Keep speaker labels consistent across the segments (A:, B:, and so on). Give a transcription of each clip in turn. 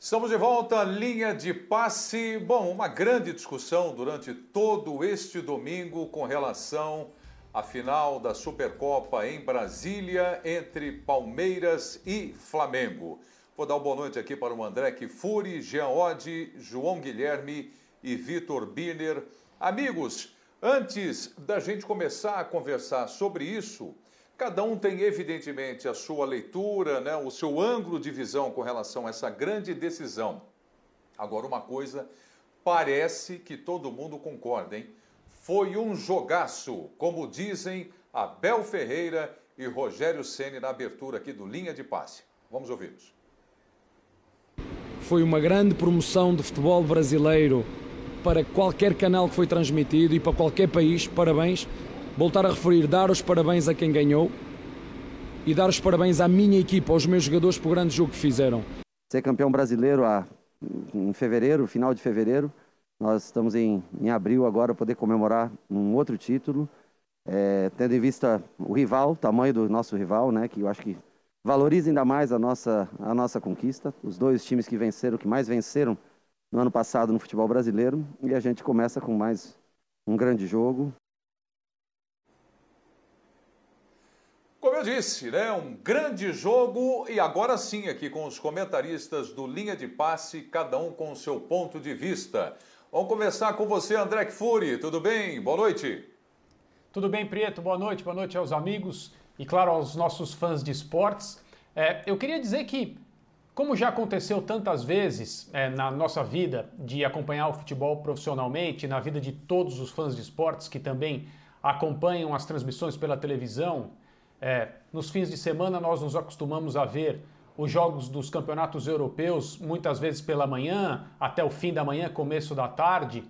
A: Estamos de volta, linha de passe. Bom, uma grande discussão durante todo este domingo com relação à final da Supercopa em Brasília entre Palmeiras e Flamengo. Vou dar uma boa noite aqui para o André Kfouri, Jean Oddi, João Guilherme e Vitor Birner. Amigos, antes da gente começar a conversar sobre isso, cada um tem, evidentemente, a sua leitura, né, o seu ângulo de visão com relação a essa grande decisão. Agora, uma coisa, parece que todo mundo concorda, hein? Foi um jogaço, como dizem Abel Ferreira e Rogério Ceni na abertura aqui do Linha de Passe. Vamos ouvi-los.
B: Foi uma grande promoção de futebol brasileiro para qualquer canal que foi transmitido e para qualquer país. Parabéns. Voltar a referir, dar os parabéns a quem ganhou e dar os parabéns à minha equipa, aos meus jogadores, por o grande jogo que fizeram.
C: Ser campeão brasileiro em fevereiro, final de fevereiro, nós estamos em abril agora, poder comemorar um outro título, tendo em vista o rival, o tamanho do nosso rival, né, que eu acho que valoriza ainda mais a nossa conquista. Os dois times que venceram, que mais venceram no ano passado no futebol brasileiro, e a gente começa com mais um grande jogo.
A: Como eu disse, né, um grande jogo e agora sim aqui com os comentaristas do Linha de Passe, cada um com o seu ponto de vista. Vamos começar com você, André Kfouri, tudo bem? Boa noite.
D: Tudo bem, Prieto, boa noite aos amigos e claro aos nossos fãs de esportes. Eu queria dizer que, como já aconteceu tantas vezes na nossa vida de acompanhar o futebol profissionalmente, na vida de todos os fãs de esportes que também acompanham as transmissões pela televisão, nos fins de semana nós nos acostumamos a ver os jogos dos campeonatos europeus, muitas vezes pela manhã, até o fim da manhã, começo da tarde.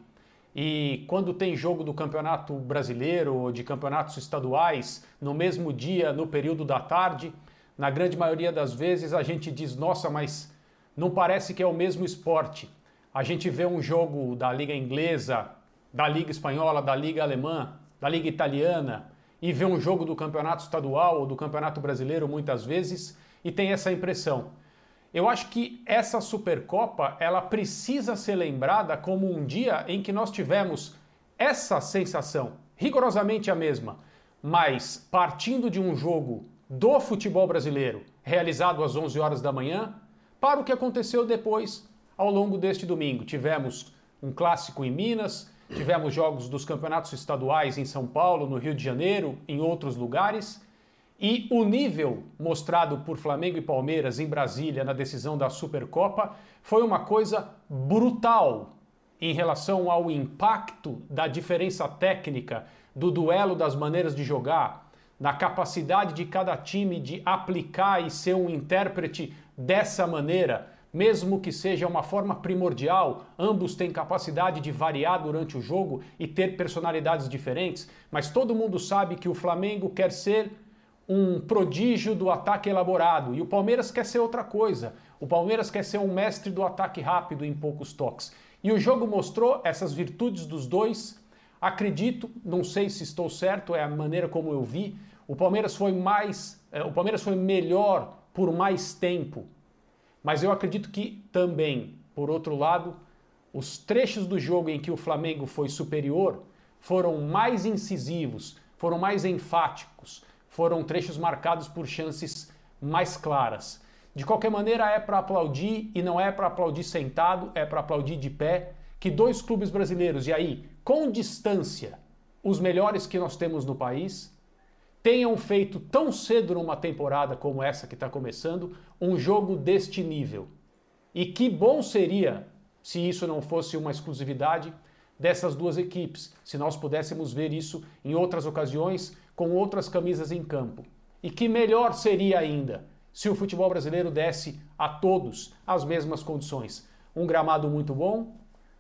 D: E quando tem jogo do campeonato brasileiro ou de campeonatos estaduais, no mesmo dia, no período da tarde, na grande maioria das vezes a gente diz, nossa, mas não parece que é o mesmo esporte. A gente vê um jogo da Liga Inglesa, da Liga Espanhola, da Liga Alemã, da Liga Italiana, e vê um jogo do campeonato estadual ou do campeonato brasileiro muitas vezes e tem essa impressão. Eu acho que essa Supercopa, ela precisa ser lembrada como um dia em que nós tivemos essa sensação, rigorosamente a mesma, mas partindo de um jogo do futebol brasileiro, realizado às 11 horas da manhã, para o que aconteceu depois, ao longo deste domingo. Tivemos um clássico em Minas, tivemos jogos dos campeonatos estaduais em São Paulo, no Rio de Janeiro, em outros lugares. E o nível mostrado por Flamengo e Palmeiras em Brasília na decisão da Supercopa foi uma coisa brutal em relação ao impacto da diferença técnica, do duelo das maneiras de jogar, na capacidade de cada time de aplicar e ser um intérprete dessa maneira. Mesmo que seja uma forma primordial, ambos têm capacidade de variar durante o jogo e ter personalidades diferentes, mas todo mundo sabe que o Flamengo quer ser um prodígio do ataque elaborado e o Palmeiras quer ser outra coisa. O Palmeiras quer ser um mestre do ataque rápido em poucos toques. E o jogo mostrou essas virtudes dos dois. Acredito, não sei se estou certo, é a maneira como eu vi, o Palmeiras foi melhor por mais tempo. Mas eu acredito que também, por outro lado, os trechos do jogo em que o Flamengo foi superior foram mais incisivos, foram mais enfáticos, foram trechos marcados por chances mais claras. De qualquer maneira, é para aplaudir e não é para aplaudir sentado, é para aplaudir de pé, que dois clubes brasileiros, e aí, com distância, os melhores que nós temos no país, tenham feito tão cedo numa temporada como essa que está começando, um jogo deste nível. E que bom seria, se isso não fosse uma exclusividade dessas duas equipes, se nós pudéssemos ver isso em outras ocasiões, com outras camisas em campo. E que melhor seria ainda, se o futebol brasileiro desse a todos as mesmas condições. Um gramado muito bom,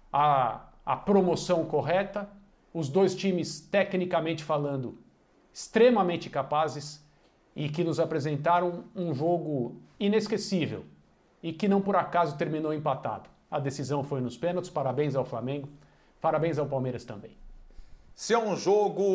D: a promoção correta, os dois times, tecnicamente falando, extremamente capazes e que nos apresentaram um jogo inesquecível e que não por acaso terminou empatado. A decisão foi nos pênaltis, parabéns ao Flamengo, parabéns ao Palmeiras também.
A: Se é um jogo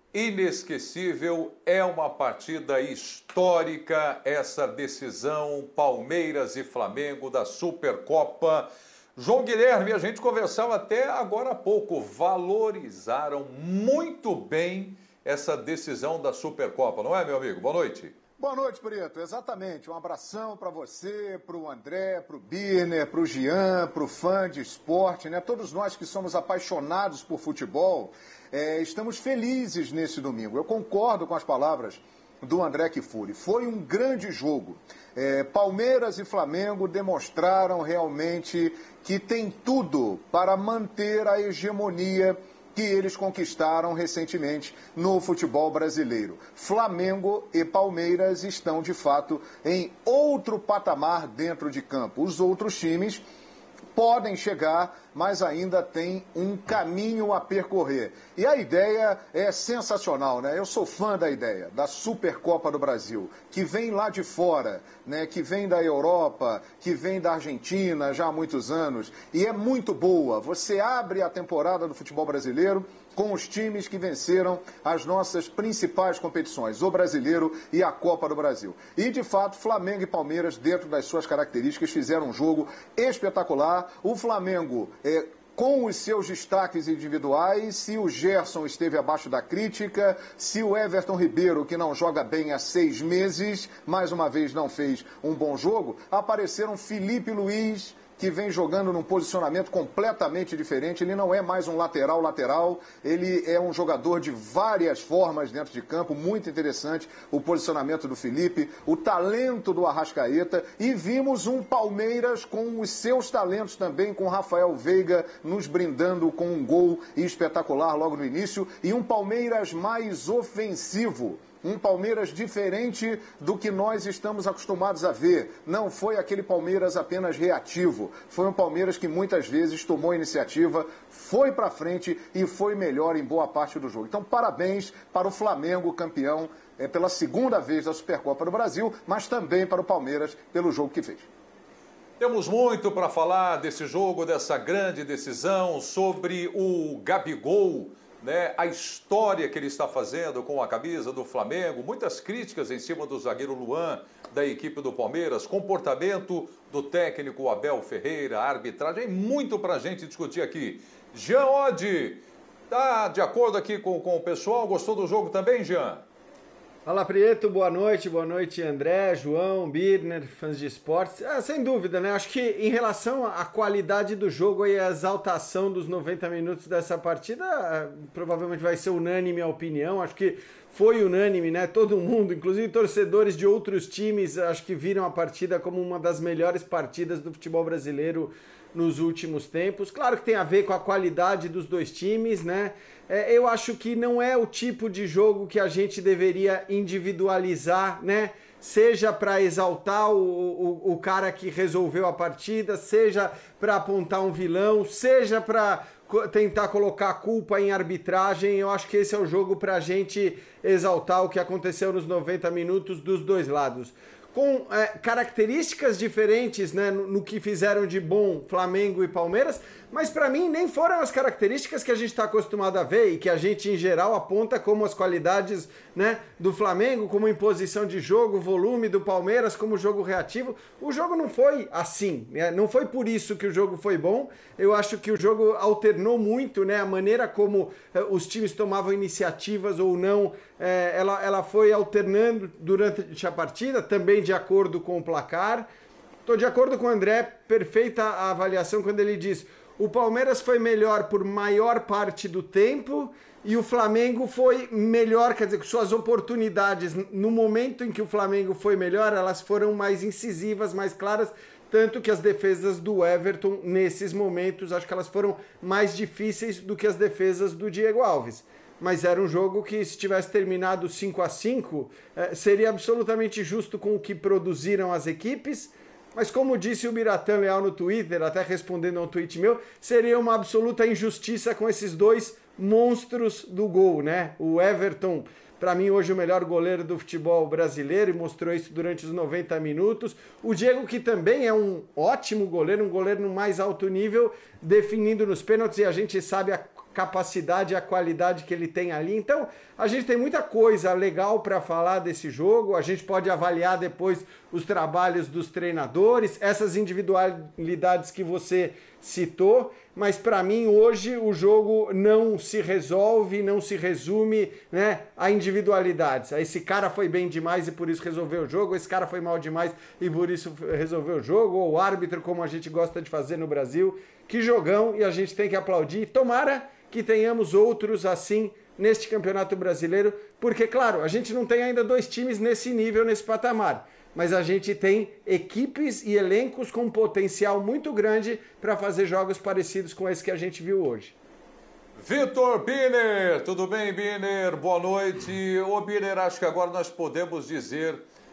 A: inesquecível, é uma partida histórica, essa decisão Palmeiras e Flamengo da Supercopa. João Guilherme, a gente conversava até agora há pouco, valorizaram muito bem essa decisão da Supercopa, não é, meu amigo? Boa noite.
E: Boa noite, Preto. Exatamente. Um abração para você, para o André, para o Birner, para o Jean, para o fã de esporte, né? Todos nós que somos apaixonados por futebol, estamos felizes nesse domingo. Eu concordo com as palavras do André Kfouri. Foi um grande jogo. Palmeiras e Flamengo demonstraram realmente que tem tudo para manter a hegemonia que eles conquistaram recentemente no futebol brasileiro. Flamengo e Palmeiras estão, de fato, em outro patamar dentro de campo. Os outros times podem chegar, mas ainda tem um caminho a percorrer. E a ideia é sensacional, né? Eu sou fã da ideia da Supercopa do Brasil, que vem lá de fora, né? Que vem da Europa, que vem da Argentina já há muitos anos, e é muito boa. Você abre a temporada do futebol brasileiro com os times que venceram as nossas principais competições, o Brasileiro e a Copa do Brasil. E, de fato, Flamengo e Palmeiras, dentro das suas características, fizeram um jogo espetacular. O Flamengo, com os seus destaques individuais, se o Gerson esteve abaixo da crítica, se o Everton Ribeiro, que não joga bem há 6 meses, mais uma vez não fez um bom jogo, apareceram Felipe Luiz, que vem jogando num posicionamento completamente diferente. Ele não é mais um lateral, ele é um jogador de várias formas dentro de campo, muito interessante o posicionamento do Felipe, o talento do Arrascaeta, e vimos um Palmeiras com os seus talentos também, com Rafael Veiga nos brindando com um gol espetacular logo no início, e um Palmeiras mais ofensivo. Um Palmeiras diferente do que nós estamos acostumados a ver. Não foi aquele Palmeiras apenas reativo. Foi um Palmeiras que muitas vezes tomou iniciativa, foi para frente e foi melhor em boa parte do jogo. Então, parabéns para o Flamengo, campeão pela segunda vez da Supercopa do Brasil, mas também para o Palmeiras pelo jogo que fez.
A: Temos muito para falar desse jogo, dessa grande decisão, sobre o Gabigol, né, a história que ele está fazendo com a camisa do Flamengo, muitas críticas em cima do zagueiro Luan, da equipe do Palmeiras, comportamento do técnico Abel Ferreira, arbitragem, muito para a gente discutir aqui. Jean Oddi, está de acordo aqui com o pessoal? Gostou do jogo também, Jean?
F: Fala, Prieto, boa noite André, João, Birner, fãs de esportes. Sem dúvida, né? Acho que em relação à qualidade do jogo e à exaltação dos 90 minutos dessa partida, provavelmente vai ser unânime a opinião. Acho que foi unânime, né? Todo mundo, inclusive torcedores de outros times, acho que viram a partida como uma das melhores partidas do futebol brasileiro nos últimos tempos. Claro que tem a ver com a qualidade dos dois times, né? Eu acho que não é o tipo de jogo que a gente deveria individualizar, né? Seja para exaltar o cara que resolveu a partida, seja para apontar um vilão, seja para tentar colocar a culpa em arbitragem. Eu acho que esse é o jogo para a gente exaltar o que aconteceu nos 90 minutos dos dois lados. Com características diferentes, né, no que fizeram de bom Flamengo e Palmeiras, mas para mim nem foram as características que a gente está acostumado a ver e que a gente em geral aponta como as qualidades, né, do Flamengo, como imposição de jogo, volume do Palmeiras, como jogo reativo. O jogo não foi assim, né? Não foi por isso que o jogo foi bom. Eu acho que o jogo alternou muito, né, a maneira como os times tomavam iniciativas ou não. Ela foi alternando durante a partida, também de acordo com o placar. Estou de acordo com o André, perfeita a avaliação quando ele diz: o Palmeiras foi melhor por maior parte do tempo e o Flamengo foi melhor, quer dizer, que suas oportunidades, no momento em que o Flamengo foi melhor, elas foram mais incisivas, mais claras, tanto que as defesas do Everton, nesses momentos, acho que elas foram mais difíceis do que as defesas do Diego Alves. Mas era um jogo que, se tivesse terminado 5-5, seria absolutamente justo com o que produziram as equipes. Mas como disse o Biratan Leal no Twitter, até respondendo a um tweet meu, seria uma absoluta injustiça com esses dois monstros do gol, né? O Everton, para mim, hoje o melhor goleiro do futebol brasileiro, e mostrou isso durante os 90 minutos. O Diego, que também é um ótimo goleiro, um goleiro no mais alto nível, definindo nos pênaltis, e a gente sabe a capacidade e a qualidade que ele tem ali. Então, a gente tem muita coisa legal para falar desse jogo. A gente pode avaliar depois os trabalhos dos treinadores, essas individualidades que você citou, mas para mim hoje o jogo não se resolve, não se resume, né, a individualidades. Esse cara foi bem demais e por isso resolveu o jogo, esse cara foi mal demais e por isso resolveu o jogo, ou o árbitro, como a gente gosta de fazer no Brasil. Que jogão, e a gente tem que aplaudir. Tomara que tenhamos outros assim neste Campeonato Brasileiro, porque, claro, a gente não tem ainda 2 times nesse nível, nesse patamar, mas a gente tem equipes e elencos com potencial muito grande para fazer jogos parecidos com esse que a gente viu hoje.
A: Vitor Birner, tudo bem, Birner? Boa noite. Ô, Birner, acho que agora nós podemos dizer,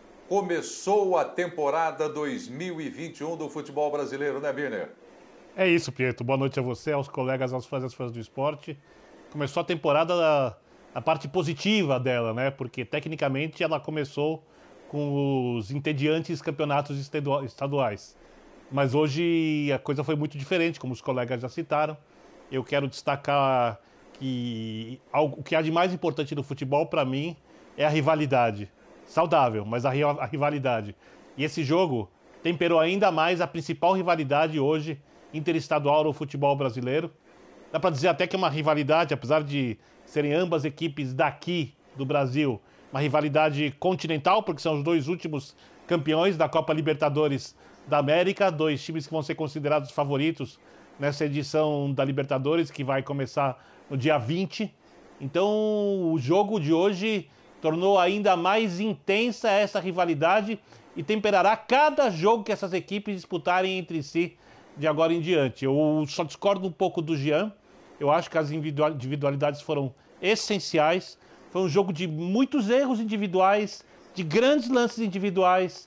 A: começou a temporada 2021 do futebol brasileiro, né, Birner?
G: É isso, Pietro. Boa noite a você, aos colegas, aos fãs e às fãs do esporte. Começou a temporada, a parte positiva dela, né? Porque, tecnicamente, ela começou com os entediantes campeonatos estaduais. Mas hoje a coisa foi muito diferente, como os colegas já citaram. Eu quero destacar que o que há de mais importante no futebol, para mim, é a rivalidade. Saudável, mas a rivalidade. E esse jogo temperou ainda mais a principal rivalidade hoje interestadual no futebol brasileiro. Dá para dizer até que é uma rivalidade, apesar de serem ambas equipes daqui do Brasil, uma rivalidade continental, porque são os 2 últimos campeões da Copa Libertadores da América, 2 times que vão ser considerados favoritos nessa edição da Libertadores, que vai começar no dia 20. Então, o jogo de hoje tornou ainda mais intensa essa rivalidade e temperará cada jogo que essas equipes disputarem entre si de agora em diante. Eu só discordo um pouco do Jean. Eu acho que as individualidades foram essenciais. Foi um jogo de muitos erros individuais, de grandes lances individuais,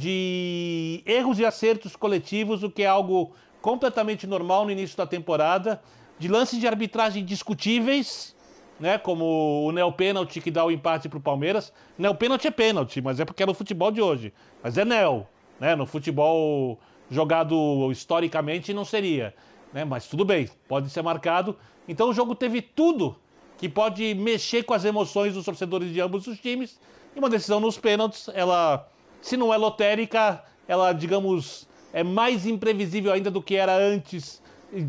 G: de erros e acertos coletivos, o que é algo completamente normal no início da temporada, de lances de arbitragem discutíveis, né, como o neopênalti que dá o empate para o Palmeiras. Neopênalti é pênalti, mas é porque é no futebol de hoje. Mas é neo, né, no futebol jogado historicamente não seria, né? Mas tudo bem, pode ser marcado. Então o jogo teve tudo que pode mexer com as emoções dos torcedores de ambos os times. E uma decisão nos pênaltis, ela, se não é lotérica, ela, digamos, é mais imprevisível ainda do que era antes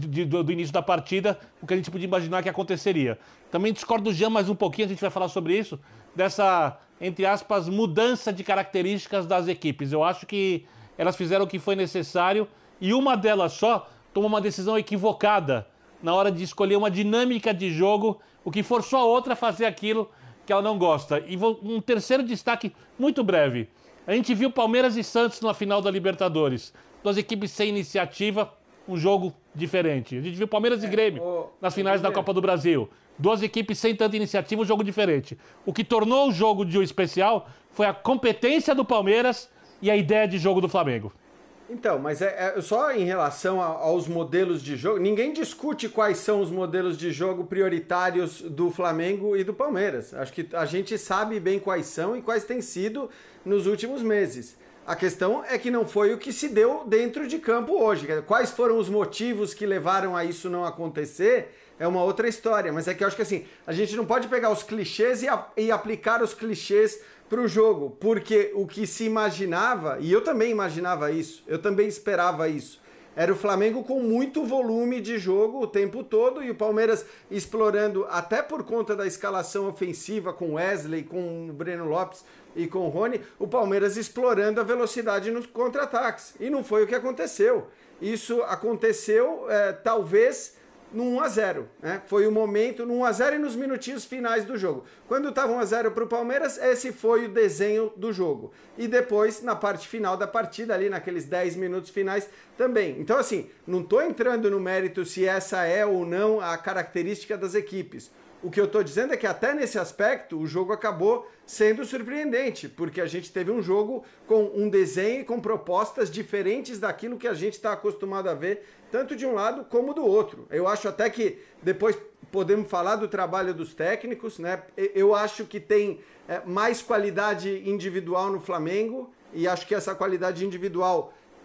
G: do início da partida, o que a gente podia imaginar que aconteceria. Também discordo do Jean mais um pouquinho, a gente vai falar sobre isso, dessa, entre aspas, mudança de características das equipes. Eu acho que elas fizeram o que foi necessário e uma delas só tomou uma decisão equivocada na hora de escolher uma dinâmica de jogo, o que forçou a outra a fazer aquilo que ela não gosta. E um terceiro destaque muito breve. A gente viu Palmeiras e Santos na final da Libertadores. 2 equipes sem iniciativa, um jogo diferente. A gente viu Palmeiras e Grêmio nas finais da Copa do Brasil. 2 equipes sem tanta iniciativa, um jogo diferente. O que tornou o jogo de um especial foi a competência do Palmeiras e a ideia de jogo do Flamengo.
F: Então, mas só em relação aos modelos de jogo, ninguém discute quais são os modelos de jogo prioritários do Flamengo e do Palmeiras. Acho que a gente sabe bem quais são e quais têm sido nos últimos meses. A questão é que não foi o que se deu dentro de campo hoje. Quais foram os motivos que levaram a isso não acontecer é uma outra história. Mas é que eu acho que assim, a gente não pode pegar os clichês e aplicar os clichês para o jogo, porque o que se imaginava, e eu também imaginava isso, eu também esperava isso, era o Flamengo com muito volume de jogo o tempo todo e o Palmeiras explorando, até por conta da escalação ofensiva com Wesley, com o Breno Lopes e com o Rony, o Palmeiras explorando a velocidade nos contra-ataques. E não foi o que aconteceu. Isso aconteceu, talvez, no 1-0, né? Foi o momento, no 1-0 e nos minutinhos finais do jogo. Quando estava 1-0 para o Palmeiras, esse foi o desenho do jogo. E depois, na parte final da partida, ali naqueles 10 minutos finais, também. Então, assim, não estou entrando no mérito se essa é ou não a característica das equipes. O que eu estou dizendo é que até nesse aspecto, o jogo acabou sendo surpreendente, porque a gente teve um jogo com um desenho e com propostas diferentes daquilo que a gente está acostumado a ver, tanto de um lado como do outro. Eu acho até que depois podemos falar do trabalho dos técnicos, né? Eu acho que tem mais qualidade individual no Flamengo e acho que essa qualidade individual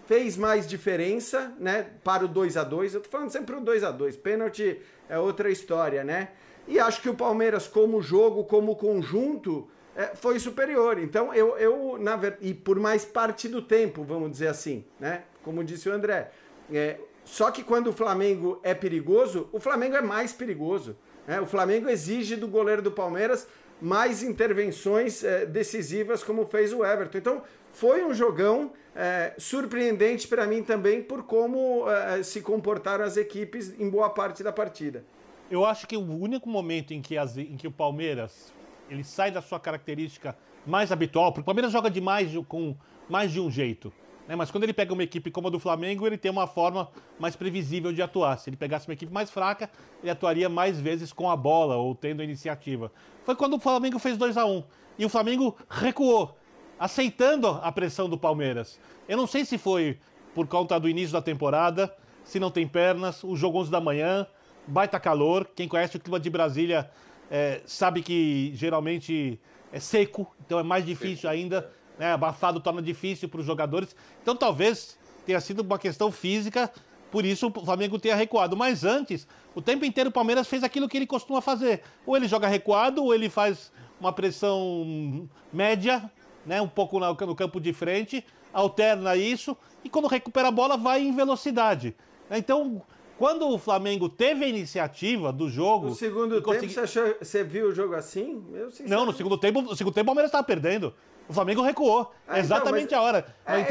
F: fez mais diferença, né, para o 2-2. Eu tô falando sempre o 2-2, pênalti é outra história, né? E acho que o Palmeiras, como jogo, como conjunto, foi superior. Então, e por mais parte do tempo, vamos dizer assim, né? Como disse o André. Só que quando o Flamengo é perigoso, o Flamengo é mais perigoso, né? O Flamengo exige do goleiro do Palmeiras mais intervenções decisivas, como fez o Everton. Então, foi um jogão surpreendente para mim também por como se comportaram as equipes em boa parte da partida.
G: Eu acho que o único momento em que o Palmeiras ele sai da sua característica mais habitual, porque o Palmeiras joga com mais de um jeito, né? Mas quando ele pega uma equipe como a do Flamengo, ele tem uma forma mais previsível de atuar. Se ele pegasse uma equipe mais fraca, ele atuaria mais vezes com a bola ou tendo a iniciativa. Foi quando o Flamengo fez 2-1 e o Flamengo recuou, aceitando a pressão do Palmeiras. Eu não sei se foi por conta do início da temporada, se não tem pernas, o jogo 11 da manhã, baita calor. Quem conhece o clima de Brasília sabe que geralmente é seco, então é mais difícil ainda, né? Abafado torna difícil para os jogadores. Então talvez tenha sido uma questão física, por isso o Flamengo tenha recuado. Mas antes, o tempo inteiro o Palmeiras fez aquilo que ele costuma fazer. Ou ele joga recuado, ou ele faz uma pressão média, né? Um pouco no campo de frente, alterna isso, e quando recupera a bola vai em velocidade. Então, quando o Flamengo teve a iniciativa do jogo...
F: No segundo tempo, você viu o jogo assim?
G: Não, no segundo tempo o Palmeiras estava perdendo. O Flamengo recuou. Exatamente a hora.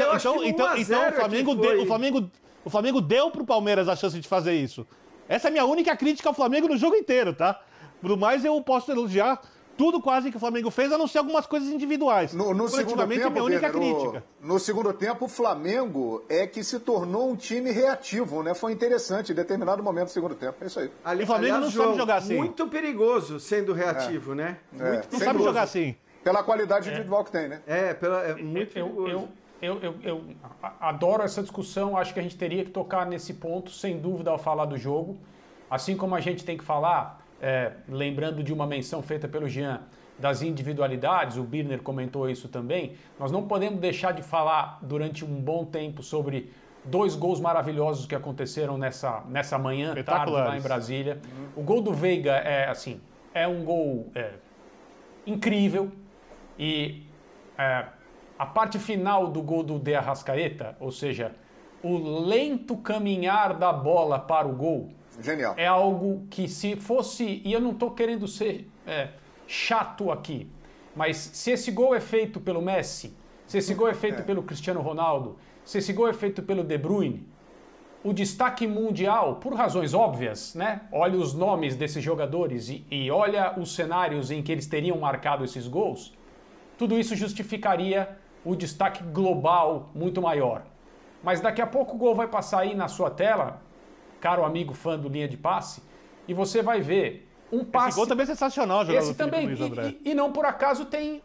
G: O Flamengo deu pro Palmeiras a chance de fazer isso. Essa é a minha única crítica ao Flamengo no jogo inteiro, tá? Por mais eu posso elogiar tudo quase que o Flamengo fez, a não ser algumas coisas individuais.
E: No segundo tempo,
G: minha única crítica.
E: No segundo tempo, o Flamengo é que se tornou um time reativo, né? Foi interessante em determinado momento do segundo tempo. É isso aí.
G: O Flamengo não sabe jogar assim.
F: Muito perigoso sendo reativo, né?
G: Não sabe jogar assim.
E: Pela qualidade individual que tem, né?
F: Muito perigoso.
D: Eu adoro essa discussão, acho que a gente teria que tocar nesse ponto, sem dúvida, ao falar do jogo. Assim como a gente tem que falar, lembrando de uma menção feita pelo Jean, das individualidades, o Birner comentou isso também, nós não podemos deixar de falar durante um bom tempo sobre 2 gols maravilhosos que aconteceram nessa manhã, tarde, lá em Brasília. O gol do Veiga é um gol incrível, e a parte final do gol do De Arrascaeta, ou seja, o lento caminhar da bola para o gol,
E: genial.
D: É algo que, se fosse, e eu não estou querendo ser chato aqui, mas se esse gol é feito pelo Messi, se esse gol é feito pelo Cristiano Ronaldo, se esse gol é feito pelo De Bruyne, o destaque mundial, por razões óbvias, né? Olha os nomes desses jogadores e olha os cenários em que eles teriam marcado esses gols, tudo isso justificaria o destaque global muito maior. Mas daqui a pouco o gol vai passar aí na sua tela, caro amigo fã do Linha de Passe, e você vai ver um passe...
G: Esse gol também é sensacional, jogador.
D: Esse também, Luiz André. E não por acaso tem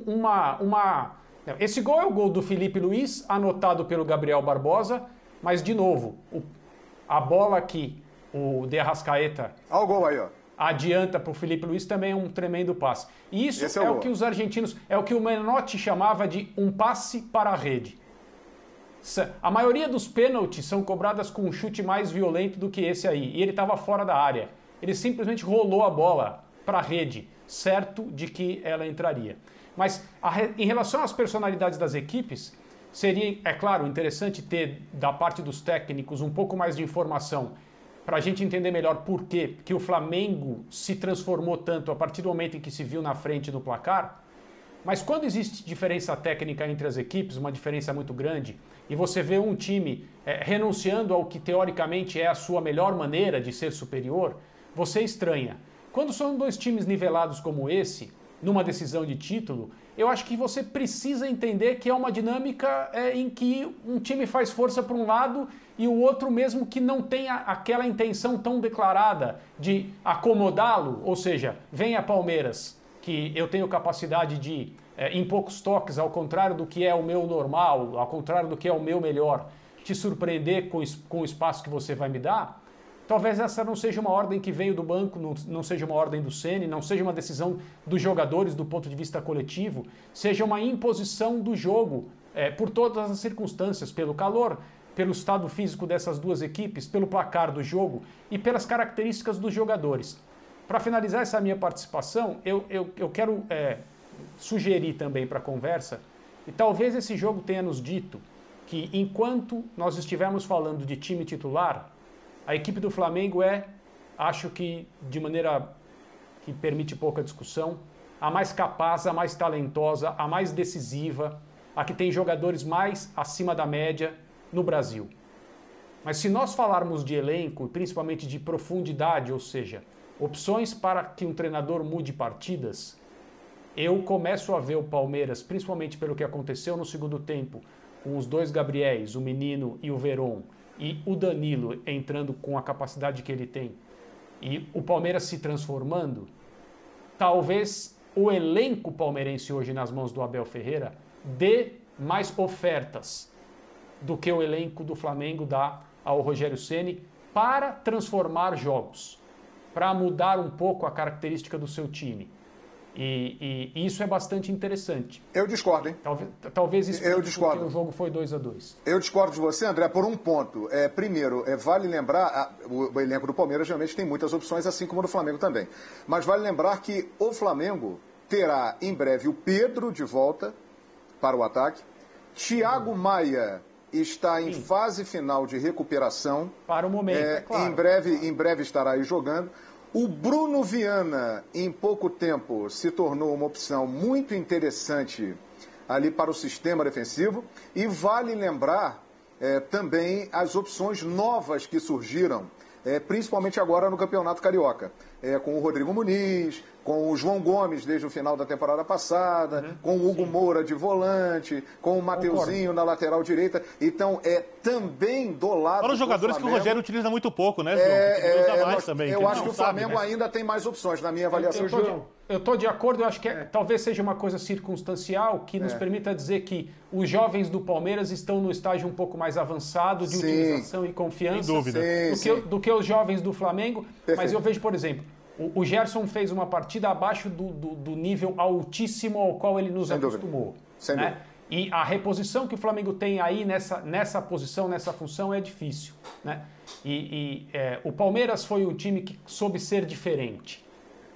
D: Esse gol é o gol do Felipe Luiz, anotado pelo Gabriel Barbosa, mas, de novo, a bola que o De Arrascaeta...
E: Olha o gol aí, ó.
D: Adianta para o Felipe Luiz também é um tremendo passe. E isso é o que os argentinos... É o que o Menotti chamava de um passe para a rede. A maioria dos pênaltis são cobradas com um chute mais violento do que esse aí. E ele estava fora da área. Ele simplesmente rolou a bola para a rede, certo de que ela entraria. Mas em relação às personalidades das equipes, seria, é claro, interessante ter da parte dos técnicos um pouco mais de informação para a gente entender melhor por que o Flamengo se transformou tanto a partir do momento em que se viu na frente do placar. Mas quando existe diferença técnica entre as equipes, uma diferença muito grande, e você vê um time renunciando ao que teoricamente é a sua melhor maneira de ser superior, você estranha. Quando são 2 times nivelados como esse, numa decisão de título, eu acho que você precisa entender que é uma dinâmica em que um time faz força para um lado e o outro, mesmo que não tenha aquela intenção tão declarada de acomodá-lo, ou seja, venha Palmeiras, que eu tenho capacidade de, em poucos toques, ao contrário do que é o meu normal, ao contrário do que é o meu melhor, te surpreender com o espaço que você vai me dar. Talvez essa não seja uma ordem que veio do banco, não seja uma ordem do Ceni, não seja uma decisão dos jogadores do ponto de vista coletivo, seja uma imposição do jogo por todas as circunstâncias, pelo calor, pelo estado físico dessas duas equipes, pelo placar do jogo e pelas características dos jogadores. Para finalizar essa minha participação, eu quero sugerir também para a conversa, e talvez esse jogo tenha nos dito que enquanto nós estivermos falando de time titular, a equipe do Flamengo acho que de maneira que permite pouca discussão, a mais capaz, a mais talentosa, a mais decisiva, a que tem jogadores mais acima da média no Brasil. Mas se nós falarmos de elenco, principalmente de profundidade, ou seja, opções para que um treinador mude partidas, eu começo a ver o Palmeiras, principalmente pelo que aconteceu no segundo tempo, com os dois Gabriéis, o Menino e o Veron, e o Danilo entrando com a capacidade que ele tem, e o Palmeiras se transformando, talvez o elenco palmeirense hoje nas mãos do Abel Ferreira dê mais ofertas do que o elenco do Flamengo dá ao Rogério Ceni para transformar jogos, para mudar um pouco a característica do seu time. E isso é bastante interessante.
E: Eu discordo, hein?
D: Talvez isso porque o jogo foi 2-2.
E: Eu discordo de você, André, por um ponto. Primeiro, vale lembrar, o elenco do Palmeiras realmente tem muitas opções, assim como o do Flamengo também. Mas vale lembrar que o Flamengo terá em breve o Pedro de volta para o ataque. Thiago Maia está em fase final de recuperação.
D: Para o momento, claro.
E: Em breve estará aí jogando. O Bruno Viana, em pouco tempo, se tornou uma opção muito interessante ali para o sistema defensivo. E vale lembrar também as opções novas que surgiram, principalmente agora no Campeonato Carioca. Com o Rodrigo Muniz, com o João Gomes desde o final da temporada passada, com o Hugo Moura de volante, com o Mateuzinho na lateral direita. Então, também do lado
G: Para os jogadores
E: Flamengo,
G: que o Rogério utiliza muito pouco, né, João? Usa mais também.
E: Eu acho que o Flamengo ainda tem mais opções, na minha avaliação.
D: Eu estou de acordo, eu acho que talvez seja uma coisa circunstancial que nos permita dizer que os jovens do Palmeiras estão no estágio um pouco mais avançado de utilização e confiança do que os jovens do Flamengo. Perfeito. Mas eu vejo, por exemplo, o Gerson fez uma partida abaixo do nível altíssimo ao qual ele nos acostumou.
E: Sem dúvida.
D: E a reposição que o Flamengo tem aí nessa posição, nessa função, é difícil. Né? O Palmeiras foi um time que soube ser diferente.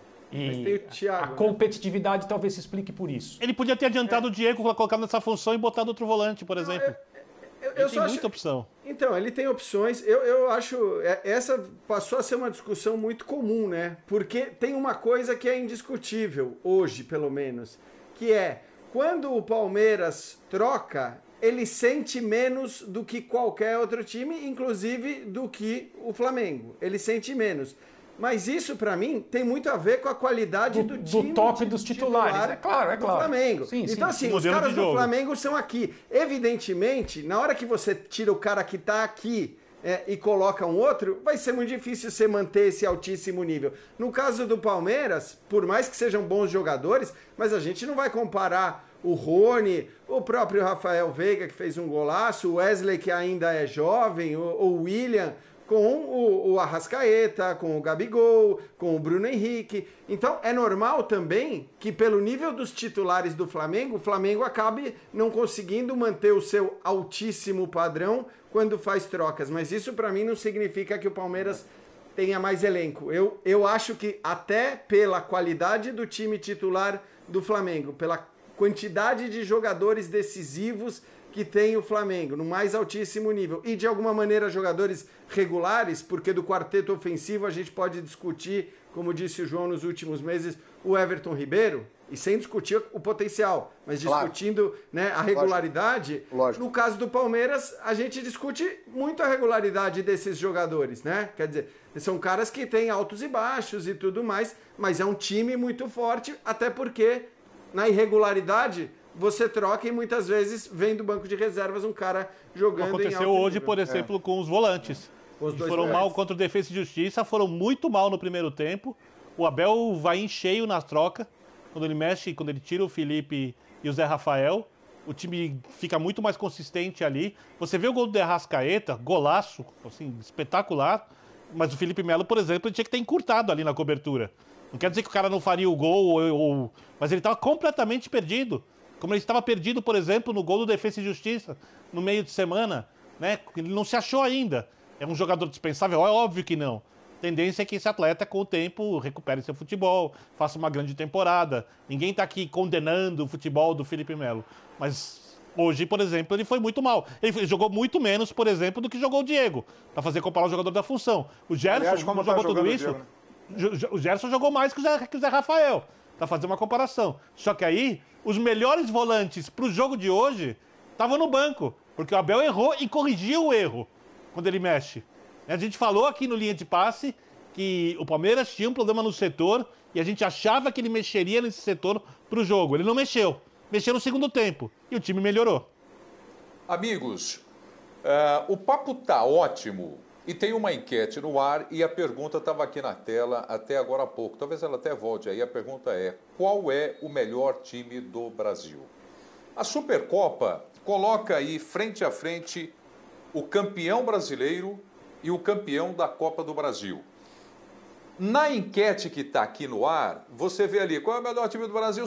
D: E a competitividade talvez se explique por isso.
G: Ele podia ter adiantado o Diego, colocado nessa função e botado outro volante, por exemplo. Ele tem muita opção.
F: Então, ele tem opções. Eu acho... Essa passou a ser uma discussão muito comum, né? Porque tem uma coisa que é indiscutível, hoje, pelo menos, que é, quando o Palmeiras troca, ele sente menos do que qualquer outro time, inclusive do que o Flamengo. Ele sente menos. Mas isso, para mim, tem muito a ver com a qualidade do time.
D: Do top dos titulares. É claro.
F: Do Flamengo.
D: Sim,
F: então, assim, os caras do Flamengo são aqui. Evidentemente, na hora que você tira o cara que tá aqui e coloca um outro, vai ser muito difícil você manter esse altíssimo nível. No caso do Palmeiras, por mais que sejam bons jogadores, mas a gente não vai comparar o Rony, o próprio Rafael Veiga, que fez um golaço, o Wesley, que ainda é jovem, o William, com o Arrascaeta, com o Gabigol, com o Bruno Henrique. Então, é normal também que, pelo nível dos titulares do Flamengo, o Flamengo acabe não conseguindo manter o seu altíssimo padrão quando faz trocas. Mas isso, para mim, não significa que o Palmeiras tenha mais elenco. Eu acho que, até pela qualidade do time titular do Flamengo, pela quantidade de jogadores decisivos que tem o Flamengo, no mais altíssimo nível, e de alguma maneira jogadores regulares, porque do quarteto ofensivo a gente pode discutir, como disse o João nos últimos meses, o Everton Ribeiro, e sem discutir o potencial, mas discutindo a regularidade.
E: Lógico.
F: No caso do Palmeiras, a gente discute muito a regularidade desses jogadores, né? Quer dizer, são caras que têm altos e baixos e tudo mais, mas é um time muito forte, até porque na irregularidade você troca e muitas vezes vem do banco de reservas um cara jogando em alto
G: Aconteceu hoje, por exemplo, com os volantes. Eles foram mal contra o Defensa e Justiça, foram muito mal no primeiro tempo. O Abel vai em cheio na troca, quando ele mexe, quando ele tira o Felipe e o Zé Rafael. O time fica muito mais consistente ali. Você vê o gol do Arrascaeta, golaço, assim, espetacular. Mas o Felipe Melo, por exemplo, ele tinha que ter encurtado ali na cobertura. Não quer dizer que o cara não faria o gol, mas ele estava completamente perdido. Como ele estava perdido, por exemplo, no gol do Defensa e Justiça, no meio de semana, né? Ele não se achou ainda. É um jogador dispensável? É óbvio que não. A tendência é que esse atleta, com o tempo, recupere seu futebol, faça uma grande temporada. Ninguém está aqui condenando o futebol do Felipe Melo. Mas hoje, por exemplo, ele foi muito mal. Ele jogou muito menos, por exemplo, do que jogou o Diego, para fazer comparar o jogador da função. O Gerson não jogou tudo isso. O Gerson jogou mais que o Zé Rafael, para fazer uma comparação. Só que aí, os melhores volantes para o jogo de hoje estavam no banco, porque o Abel errou e corrigiu o erro quando ele mexe. A gente falou aqui no Linha de Passe que o Palmeiras tinha um problema no setor e a gente achava que ele mexeria nesse setor para o jogo. Ele não mexeu. Mexeu no segundo tempo e o time melhorou.
A: Amigos, o papo tá ótimo e tem uma enquete no ar e a pergunta estava aqui na tela até agora há pouco. Talvez ela até volte aí. A pergunta é: qual é o melhor time do Brasil? A Supercopa coloca aí frente a frente o campeão brasileiro e o campeão da Copa do Brasil. Na enquete que está aqui no ar, você vê ali qual é o melhor time do Brasil: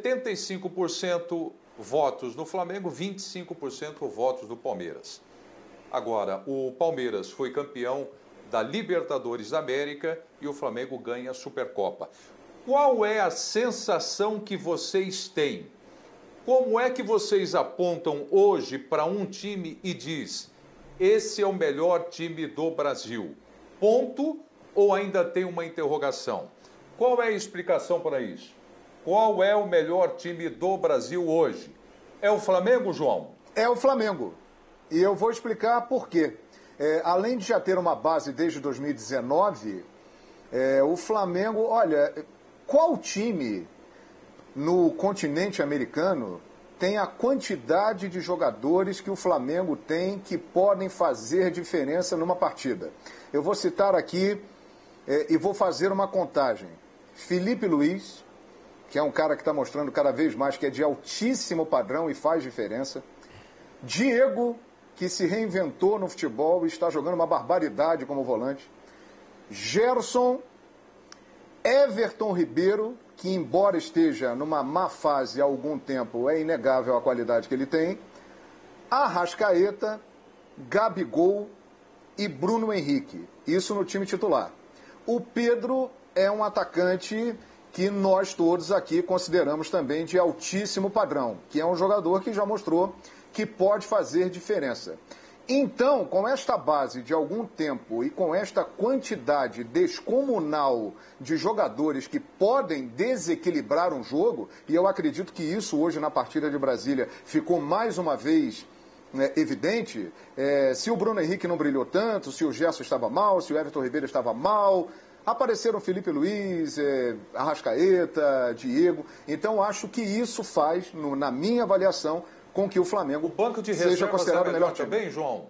A: 75% votos no Flamengo, 25% votos do Palmeiras. Agora, o Palmeiras foi campeão da Libertadores da América e o Flamengo ganha a Supercopa. Qual é a sensação que vocês têm? Como é que vocês apontam hoje para um time e diz: esse é o melhor time do Brasil? Ponto, ou ainda tem uma interrogação? Qual é a explicação para isso? Qual é o melhor time do Brasil hoje? É o Flamengo, João?
E: É o Flamengo. E eu vou explicar por quê. Além de já ter uma base desde 2019, o Flamengo... Olha, qual time no continente americano tem a quantidade de jogadores que o Flamengo tem que podem fazer diferença numa partida? Eu vou citar aqui e vou fazer uma contagem. Felipe Luiz, que é um cara que está mostrando cada vez mais que é de altíssimo padrão e faz diferença. Diego, que se reinventou no futebol e está jogando uma barbaridade como volante. Gerson, Everton Ribeiro, que embora esteja numa má fase há algum tempo, é inegável a qualidade que ele tem. Arrascaeta, Gabigol e Bruno Henrique. Isso no time titular. O Pedro é um atacante que nós todos aqui consideramos também de altíssimo padrão, que é um jogador que já mostrou que pode fazer diferença. Então, com esta base de algum tempo e com esta quantidade descomunal de jogadores que podem desequilibrar um jogo, e eu acredito que isso hoje na partida de Brasília ficou mais uma vez evidente, se o Bruno Henrique não brilhou tanto, se o Gerson estava mal, se o Everton Ribeiro estava mal, apareceram Felipe Luiz, Arrascaeta, Diego. Então acho que isso faz, na minha avaliação, com que o Flamengo
A: banco de
E: seja considerado o melhor time.
A: Também, João?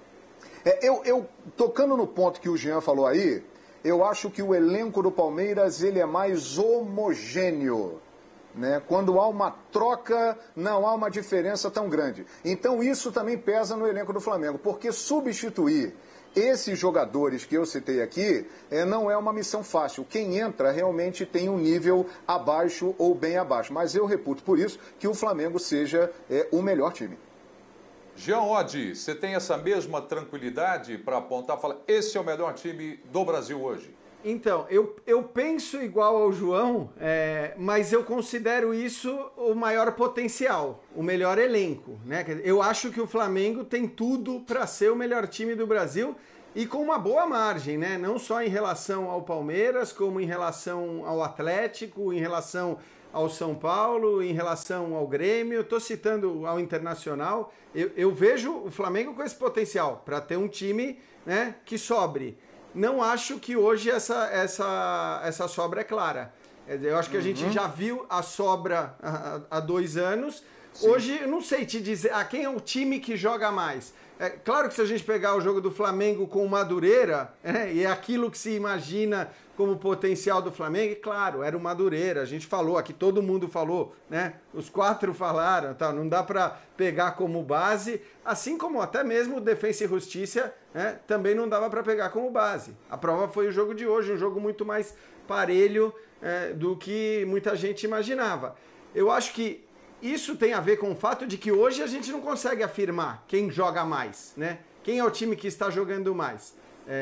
E: Eu tocando no ponto que o Jean falou aí, eu acho que o elenco do Palmeiras ele é mais homogêneo. Né? Quando há uma troca, não há uma diferença tão grande. Então isso também pesa no elenco do Flamengo, porque substituir esses jogadores que eu citei aqui não é uma missão fácil. Quem entra realmente tem um nível abaixo ou bem abaixo. Mas eu reputo por isso que o Flamengo seja o melhor time.
A: Jean Oddi, você tem essa mesma tranquilidade para apontar e falar: esse é o melhor time do Brasil hoje?
F: Então, eu penso igual ao João, mas eu considero isso o maior potencial, o melhor elenco, né? Eu acho que o Flamengo tem tudo para ser o melhor time do Brasil e com uma boa margem, né? Não só em relação ao Palmeiras, como em relação ao Atlético, em relação ao São Paulo, em relação ao Grêmio. Eu estou citando ao Internacional. Eu vejo o Flamengo com esse potencial para ter um time, né, que sobre. Não acho que hoje essa sobra é clara. Eu acho que a gente já viu a sobra há 2 anos. Sim. Hoje, eu não sei te dizer quem é o time que joga mais. Claro que se a gente pegar o jogo do Flamengo com o Madureira, e é aquilo que se imagina como potencial do Flamengo, e claro, era o Madureira. A gente falou aqui, todo mundo falou, né? Os 4 falaram, tá? Não dá para pegar como base, assim como até mesmo o Defensa e Justiça, né? Também não dava para pegar como base. A prova foi o jogo de hoje, um jogo muito mais parelho do que muita gente imaginava. Eu acho que isso tem a ver com o fato de que hoje a gente não consegue afirmar quem joga mais, né? Quem é o time que está jogando mais.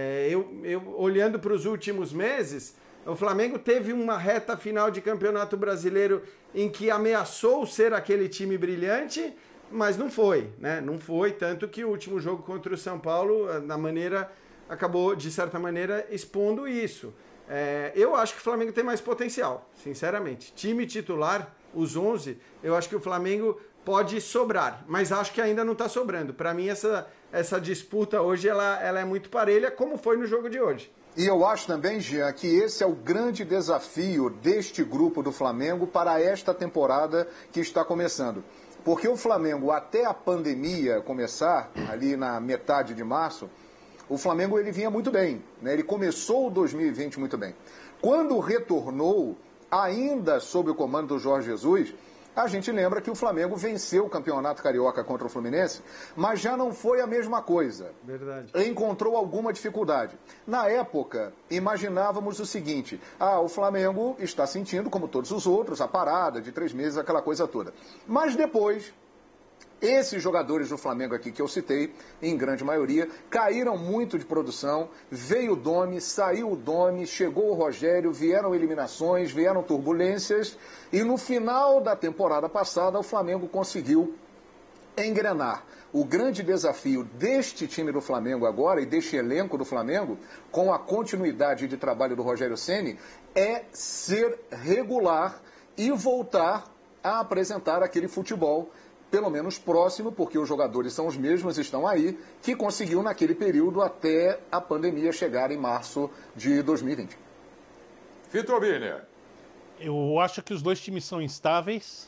F: Eu olhando para os últimos meses, o Flamengo teve uma reta final de Campeonato Brasileiro em que ameaçou ser aquele time brilhante, mas não foi, né? Não foi, tanto que o último jogo contra o São Paulo, acabou, de certa maneira, expondo isso. Eu acho que o Flamengo tem mais potencial, sinceramente. Time titular, os 11, eu acho que o Flamengo pode sobrar, mas acho que ainda não está sobrando. Para mim, essa disputa hoje ela é muito parelha, como foi no jogo de hoje.
E: E eu acho também, Jean, que esse é o grande desafio deste grupo do Flamengo para esta temporada que está começando. Porque o Flamengo, até a pandemia começar, ali na metade de março, o Flamengo ele vinha muito bem, né? Ele começou o 2020 muito bem. Quando retornou, ainda sob o comando do Jorge Jesus, a gente lembra que o Flamengo venceu o Campeonato Carioca contra o Fluminense, mas já não foi a mesma coisa.
F: Verdade.
E: Encontrou alguma dificuldade. Na época, imaginávamos o seguinte: o Flamengo está sentindo, como todos os outros, a parada de 3 meses, aquela coisa toda. Mas depois, esses jogadores do Flamengo aqui que eu citei, em grande maioria, caíram muito de produção, veio o Domi, saiu o Domi, chegou o Rogério, vieram eliminações, vieram turbulências, e no final da temporada passada o Flamengo conseguiu engrenar. O grande desafio deste time do Flamengo agora, e deste elenco do Flamengo, com a continuidade de trabalho do Rogério Ceni, é ser regular e voltar a apresentar aquele futebol pelo menos próximo, porque os jogadores são os mesmos, estão aí, que conseguiu naquele período até a pandemia chegar em março de 2020.
A: Vitor Birner.
G: Eu acho que os dois times são instáveis.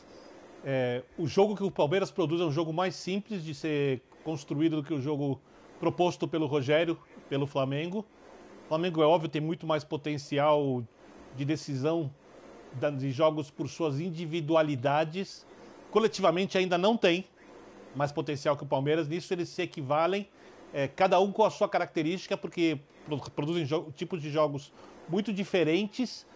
G: O jogo que o Palmeiras produz é um jogo mais simples de ser construído do que o jogo proposto pelo Rogério, pelo Flamengo. O Flamengo, é óbvio, tem muito mais potencial de decisão de jogos por suas individualidades. Coletivamente ainda não tem mais potencial que o Palmeiras. Nisso eles se equivalem, cada um com a sua característica, porque produzem tipos de jogos muito diferentes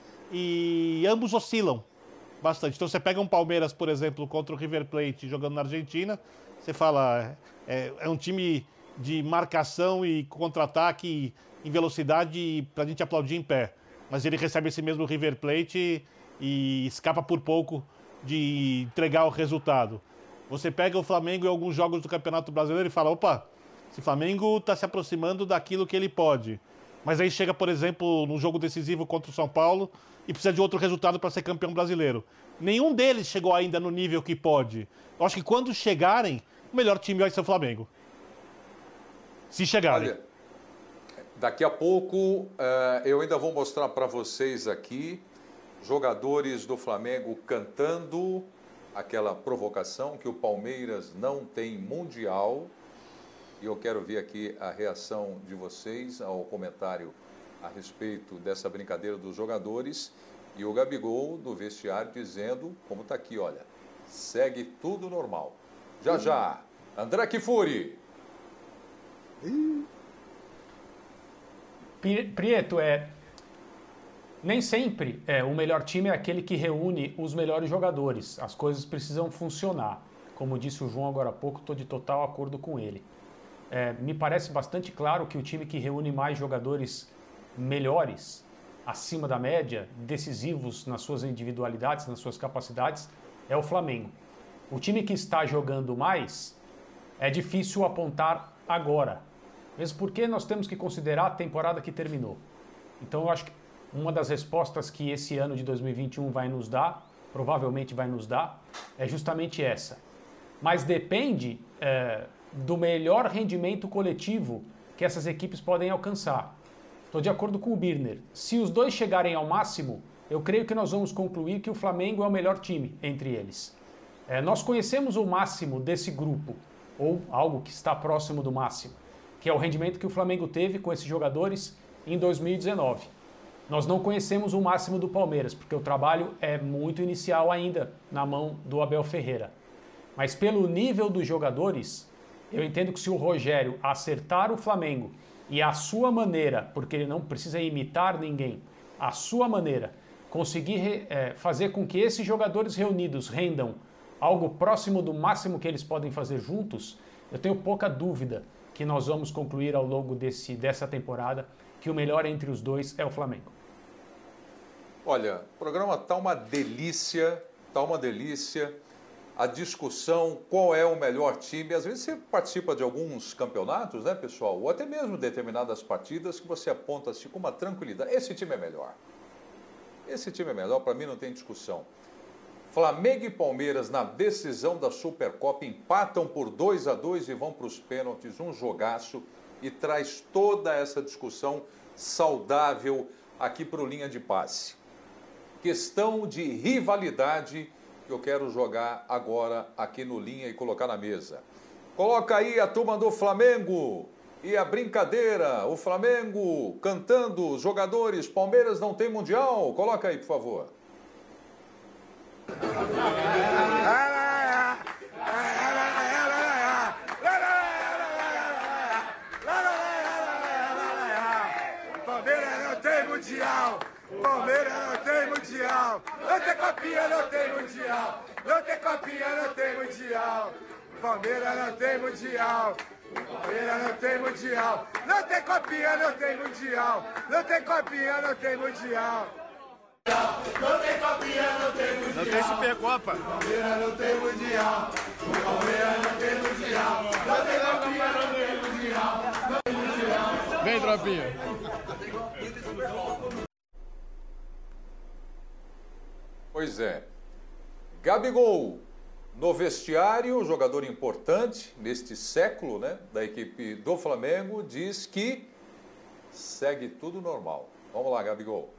G: e ambos oscilam bastante. Então você pega um Palmeiras, por exemplo, contra o River Plate jogando na Argentina, você fala, é um time de marcação e contra-ataque em velocidade pra gente aplaudir em pé. Mas ele recebe esse mesmo River Plate e escapa por pouco de entregar o resultado. Você pega o Flamengo em alguns jogos do Campeonato Brasileiro e fala, opa, esse Flamengo está se aproximando daquilo que ele pode. Mas aí chega, por exemplo, num jogo decisivo contra o São Paulo e precisa de outro resultado para ser campeão brasileiro. Nenhum deles chegou ainda no nível que pode. Eu acho que quando chegarem, o melhor time vai ser o Flamengo. Se chegarem.
A: Olha, daqui a pouco eu ainda vou mostrar para vocês aqui jogadores do Flamengo cantando aquela provocação que o Palmeiras não tem mundial. E eu quero ver aqui a reação de vocês ao comentário a respeito dessa brincadeira dos jogadores. E o Gabigol do vestiário dizendo, como está aqui, olha, segue tudo normal. Já, André Kifuri.
D: Prieto, nem sempre o melhor time é aquele que reúne os melhores jogadores. As coisas precisam funcionar. Como disse o João agora há pouco, estou de total acordo com ele. Me parece bastante claro que o time que reúne mais jogadores melhores, acima da média, decisivos nas suas individualidades, nas suas capacidades, é o Flamengo. O time que está jogando mais é difícil apontar agora, mesmo porque nós temos que considerar a temporada que terminou. Então eu acho que uma das respostas que esse ano de 2021 vai nos dar, provavelmente vai nos dar, é justamente essa. Mas depende do melhor rendimento coletivo que essas equipes podem alcançar. Estou de acordo com o Birner. Se os dois chegarem ao máximo, eu creio que nós vamos concluir que o Flamengo é o melhor time entre eles. Nós conhecemos o máximo desse grupo, ou algo que está próximo do máximo, que é o rendimento que o Flamengo teve com esses jogadores em 2019. Nós não conhecemos o máximo do Palmeiras, porque o trabalho é muito inicial ainda na mão do Abel Ferreira. Mas pelo nível dos jogadores, eu entendo que se o Rogério acertar o Flamengo e a sua maneira, porque ele não precisa imitar ninguém, a sua maneira, conseguir fazer com que esses jogadores reunidos rendam algo próximo do máximo que eles podem fazer juntos, eu tenho pouca dúvida que nós vamos concluir ao longo dessa temporada que o melhor entre os dois é o Flamengo.
A: Olha, o programa tá uma delícia, A discussão, qual é o melhor time. Às vezes você participa de alguns campeonatos, né, pessoal? Ou até mesmo determinadas partidas que você aponta assim com uma tranquilidade. Esse time é melhor. Esse time é melhor, para mim não tem discussão. Flamengo e Palmeiras na decisão da Supercopa empatam por 2-2 e vão para os pênaltis, um jogaço, e traz toda essa discussão saudável aqui para o Linha de Passe. Questão de rivalidade que eu quero jogar agora aqui no Linha e colocar na mesa. Coloca aí a turma do Flamengo e a brincadeira, o Flamengo cantando, os jogadores, Palmeiras não tem Mundial. Coloca aí, por favor.
H: Palmeiras não tem Mundial. Palmeiras não tem Mundial. Não tem copinha, não tem Mundial. Não tem copinha, não tem Mundial. Palmeiras não tem Mundial. Palmeiras não tem Mundial. Não tem copinha, não tem Mundial. Não tem copinha, não tem Mundial. Não tem copinha, não tem Mundial.
I: Não tem Supercopa.
H: Palmeiras não tem Mundial. Palmeiras não tem Mundial. Não tem copinha, não tem Mundial. Não tem Mundial.
I: Vem, tropinha.
A: Pois é. Gabigol, no vestiário, jogador importante neste século, né, da equipe do Flamengo, diz que segue tudo normal. Vamos lá, Gabigol.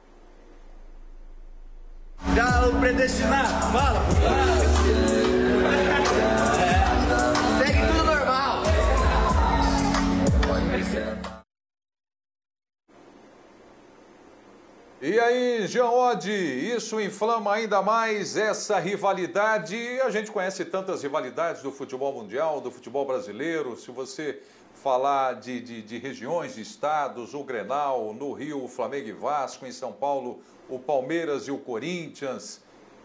J: Já o predestinado, fala. Segue tudo normal.
A: E aí, Jean Oddi, isso inflama ainda mais essa rivalidade. A gente conhece tantas rivalidades do futebol mundial, do futebol brasileiro. Se você falar de regiões, de estados, o Grenal, no Rio, o Flamengo e Vasco, em São Paulo, o Palmeiras e o Corinthians.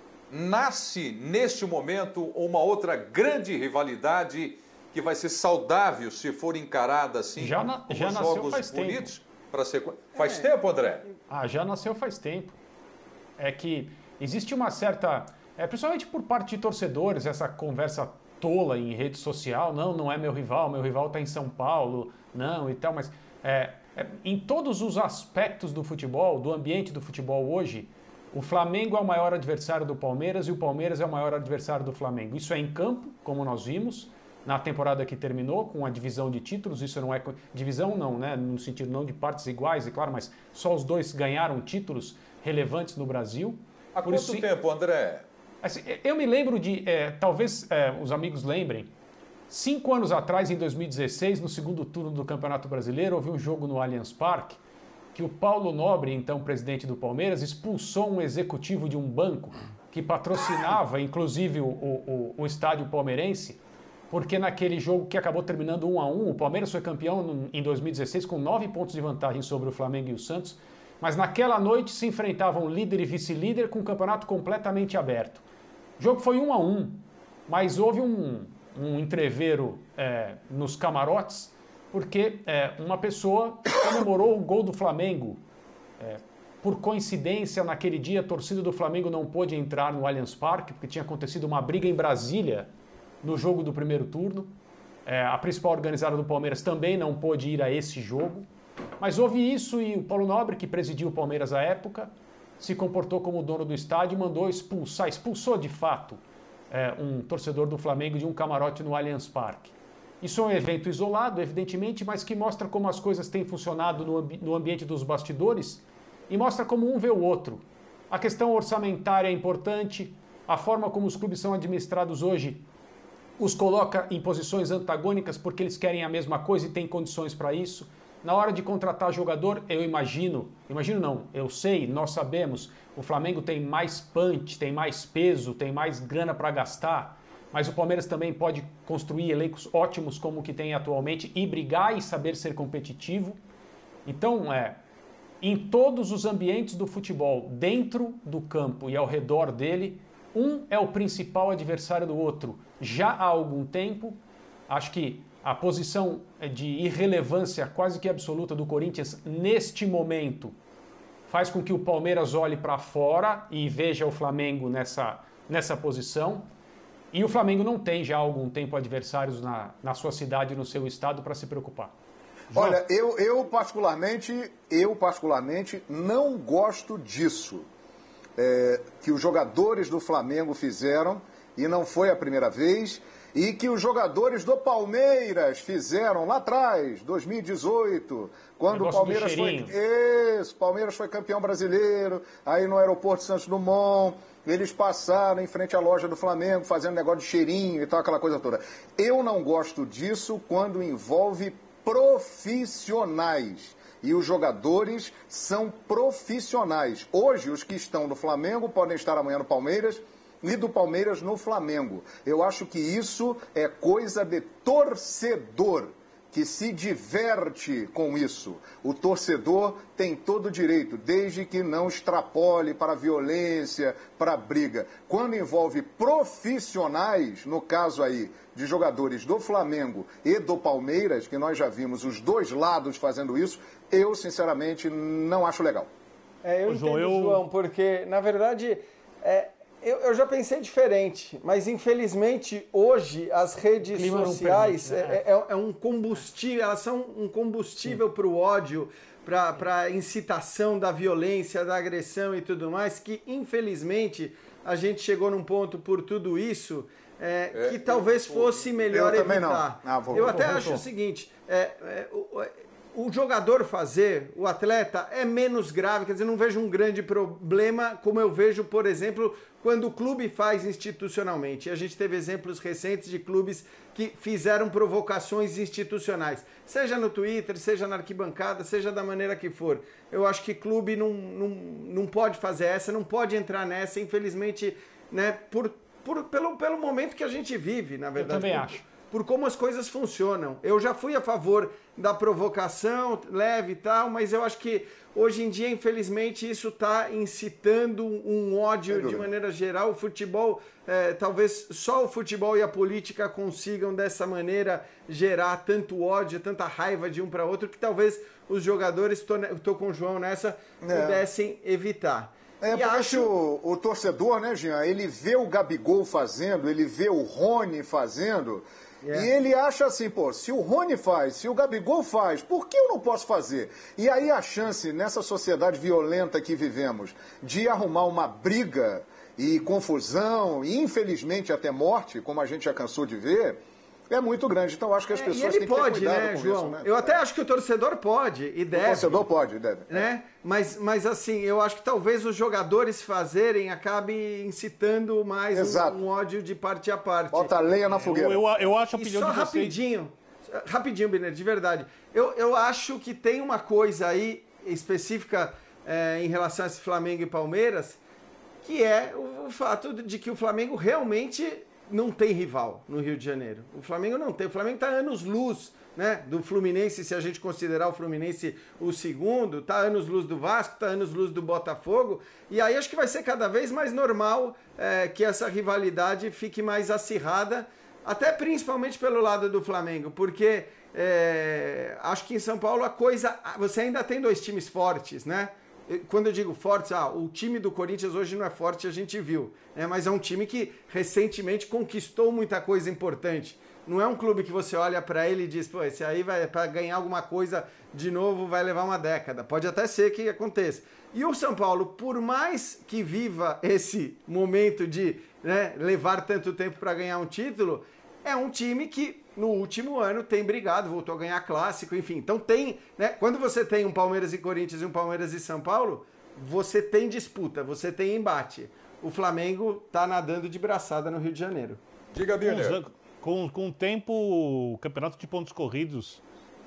A: Nasce, neste momento, uma outra grande rivalidade que vai ser saudável se for encarada assim,
D: já nasceu
A: jogos
D: faz
A: bonitos.
D: tempo.
A: Faz tempo, André?
D: Já nasceu faz tempo. É que existe uma certa... principalmente por parte de torcedores, essa conversa tola em rede social. Não é meu rival está em São Paulo, não e tal, mas... em todos os aspectos do futebol, do ambiente do futebol hoje, o Flamengo é o maior adversário do Palmeiras e o Palmeiras é o maior adversário do Flamengo. Isso é em campo, como nós vimos, na temporada que terminou, com a divisão de títulos. Isso não é... Divisão não, né? No sentido não de partes iguais, é claro, mas só os dois ganharam títulos relevantes no Brasil.
A: Há quanto tempo, André?
D: Assim, eu me lembro de... talvez os amigos lembrem, 5 anos atrás, em 2016, no segundo turno do Campeonato Brasileiro, houve um jogo no Allianz Parque que o Paulo Nobre, então presidente do Palmeiras, expulsou um executivo de um banco que patrocinava, inclusive, o estádio palmeirense, porque naquele jogo que acabou terminando 1-1, o Palmeiras foi campeão em 2016 com 9 pontos de vantagem sobre o Flamengo e o Santos, mas naquela noite se enfrentavam líder e vice-líder com o campeonato completamente aberto. O jogo foi 1-1, mas houve um entreveiro nos camarotes, porque uma pessoa comemorou o gol do Flamengo. Por coincidência, naquele dia, a torcida do Flamengo não pôde entrar no Allianz Parque, porque tinha acontecido uma briga em Brasília no jogo do primeiro turno. A principal organizada do Palmeiras também não pôde ir a esse jogo. Mas houve isso e o Paulo Nobre, que presidiu o Palmeiras à época, se comportou como dono do estádio e mandou expulsou de fato um torcedor do Flamengo de um camarote no Allianz Parque. Isso é um evento isolado, evidentemente, mas que mostra como as coisas têm funcionado no ambiente dos bastidores e mostra como um vê o outro. A questão orçamentária é importante, a forma como os clubes são administrados hoje os coloca em posições antagônicas porque eles querem a mesma coisa e têm condições para isso. Na hora de contratar jogador, eu sei, nós sabemos, o Flamengo tem mais punch, tem mais peso, tem mais grana para gastar, mas o Palmeiras também pode construir elencos ótimos como o que tem atualmente e brigar e saber ser competitivo. Então, em todos os ambientes do futebol, dentro do campo e ao redor dele, um é o principal adversário do outro já há algum tempo. Acho que a posição de irrelevância quase que absoluta do Corinthians neste momento faz com que o Palmeiras olhe para fora e veja o Flamengo nessa posição. E o Flamengo não tem já há algum tempo adversários na sua cidade, no seu estado, para se preocupar.
E: Olha, eu particularmente não gosto disso que os jogadores do Flamengo fizeram, e não foi a primeira vez, e que os jogadores do Palmeiras fizeram lá atrás, 2018, quando o Palmeiras foi campeão brasileiro, aí no aeroporto Santos Dumont, eles passaram em frente à loja do Flamengo, fazendo negócio de cheirinho e tal, aquela coisa toda. Eu não gosto disso quando envolve profissionais. E os jogadores são profissionais. Hoje, os que estão no Flamengo podem estar amanhã no Palmeiras, e do Palmeiras no Flamengo. Eu acho que isso é coisa de torcedor, que se diverte com isso. O torcedor tem todo o direito, desde que não extrapole para a violência, para a briga. Quando envolve profissionais, no caso aí de jogadores do Flamengo e do Palmeiras, que nós já vimos os dois lados fazendo isso, eu, sinceramente, não acho legal.
F: Eu entendo, João, porque, na verdade... Eu já pensei diferente, mas infelizmente hoje as redes sociais é um combustível, elas são um combustível para o ódio, para a incitação da violência, da agressão e tudo mais, que infelizmente a gente chegou num ponto por tudo isso que talvez fosse melhor evitar. Eu até acho o seguinte, o jogador fazer, o atleta, é menos grave, quer dizer, não vejo um grande problema como eu vejo, por exemplo, quando o clube faz institucionalmente. A gente teve exemplos recentes de clubes que fizeram provocações institucionais, seja no Twitter, seja na arquibancada, seja da maneira que for. Eu acho que clube não pode fazer essa, não pode entrar nessa, infelizmente, né, pelo momento que a gente vive, na verdade.
D: Eu também acho.
F: Por como as coisas funcionam. Eu já fui a favor da provocação leve e tal, mas eu acho que hoje em dia, infelizmente, isso está incitando um ódio de maneira geral. O futebol, talvez só o futebol e a política consigam dessa maneira gerar tanto ódio, tanta raiva de um para outro, que talvez os jogadores, estou com o João nessa, pudessem evitar.
E: Porque o torcedor, né, Jean, ele vê o Gabigol fazendo, ele vê o Rony fazendo, e ele acha assim, pô, se o Rony faz, se o Gabigol faz, por que eu não posso fazer? E aí a chance, nessa sociedade violenta que vivemos, de arrumar uma briga e confusão, e infelizmente até morte, como a gente já cansou de ver, é muito grande. Então acho que as pessoas têm que ter cuidado com
F: João?
E: isso, né?
F: Eu até acho que o torcedor pode e deve.
E: O torcedor pode e deve.
F: Né? Mas assim, eu acho que talvez os jogadores fazerem acabe incitando mais um ódio de parte a parte.
E: Bota lenha na fogueira.
G: Eu acho a opinião
F: de
G: vocês...
F: Rapidinho, Biner, de verdade. Eu acho que tem uma coisa aí específica em relação a esse Flamengo e Palmeiras, que é o fato de que o Flamengo realmente não tem rival no Rio de Janeiro. O Flamengo não tem. O Flamengo está anos-luz, né, do Fluminense, se a gente considerar o Fluminense o segundo, está anos-luz do Vasco, está anos-luz do Botafogo, e aí acho que vai ser cada vez mais normal que essa rivalidade fique mais acirrada, até principalmente pelo lado do Flamengo, porque acho que em São Paulo a coisa... Você ainda tem dois times fortes, né? Quando eu digo fortes, o time do Corinthians hoje não é forte, a gente viu, né? Mas é um time que recentemente conquistou muita coisa importante. Não é um clube que você olha para ele e diz, pô, esse aí vai para ganhar alguma coisa de novo vai levar uma década. Pode até ser que aconteça. E o São Paulo, por mais que viva esse momento de, né, levar tanto tempo para ganhar um título, é um time que no último ano tem brigado, voltou a ganhar clássico, enfim. Então tem, né? Quando você tem um Palmeiras e Corinthians e um Palmeiras e São Paulo, você tem disputa, você tem embate. O Flamengo tá nadando de braçada no Rio de Janeiro.
E: Diga, Biner.
G: Com o tempo, o campeonato de pontos corridos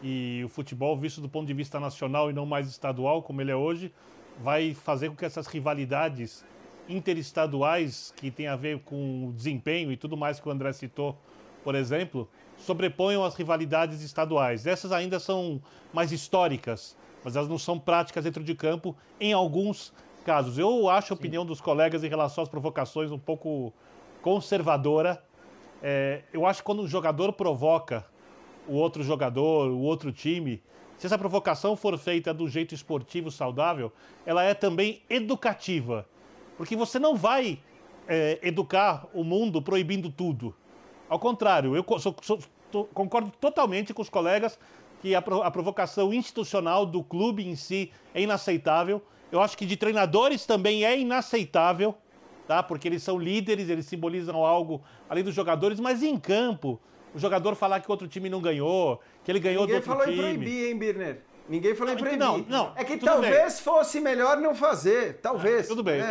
G: e o futebol visto do ponto de vista nacional e não mais estadual, como ele é hoje, vai fazer com que essas rivalidades interestaduais, que tem a ver com o desempenho e tudo mais que o André citou, por exemplo, sobreponham as rivalidades estaduais. Essas ainda são mais históricas, mas elas não são práticas dentro de campo em alguns casos. Eu acho a opinião dos colegas em relação às provocações um pouco conservadora. Eu acho que quando um jogador provoca o outro jogador, o outro time, se essa provocação for feita do jeito esportivo, saudável, ela é também educativa. Porque você não vai educar o mundo proibindo tudo. Ao contrário, eu concordo totalmente com os colegas que a provocação institucional do clube em si é inaceitável. Eu acho que de treinadores também é inaceitável, tá? Porque eles são líderes, eles simbolizam algo além dos jogadores, mas em campo, o jogador falar que o outro time não ganhou, que ele ganhou do outro time...
F: Ninguém falou em proibir, hein, Birner? Ninguém falou em proibir.
G: Não,
F: é que talvez fosse melhor não fazer, talvez.
G: Tudo bem.
F: Esse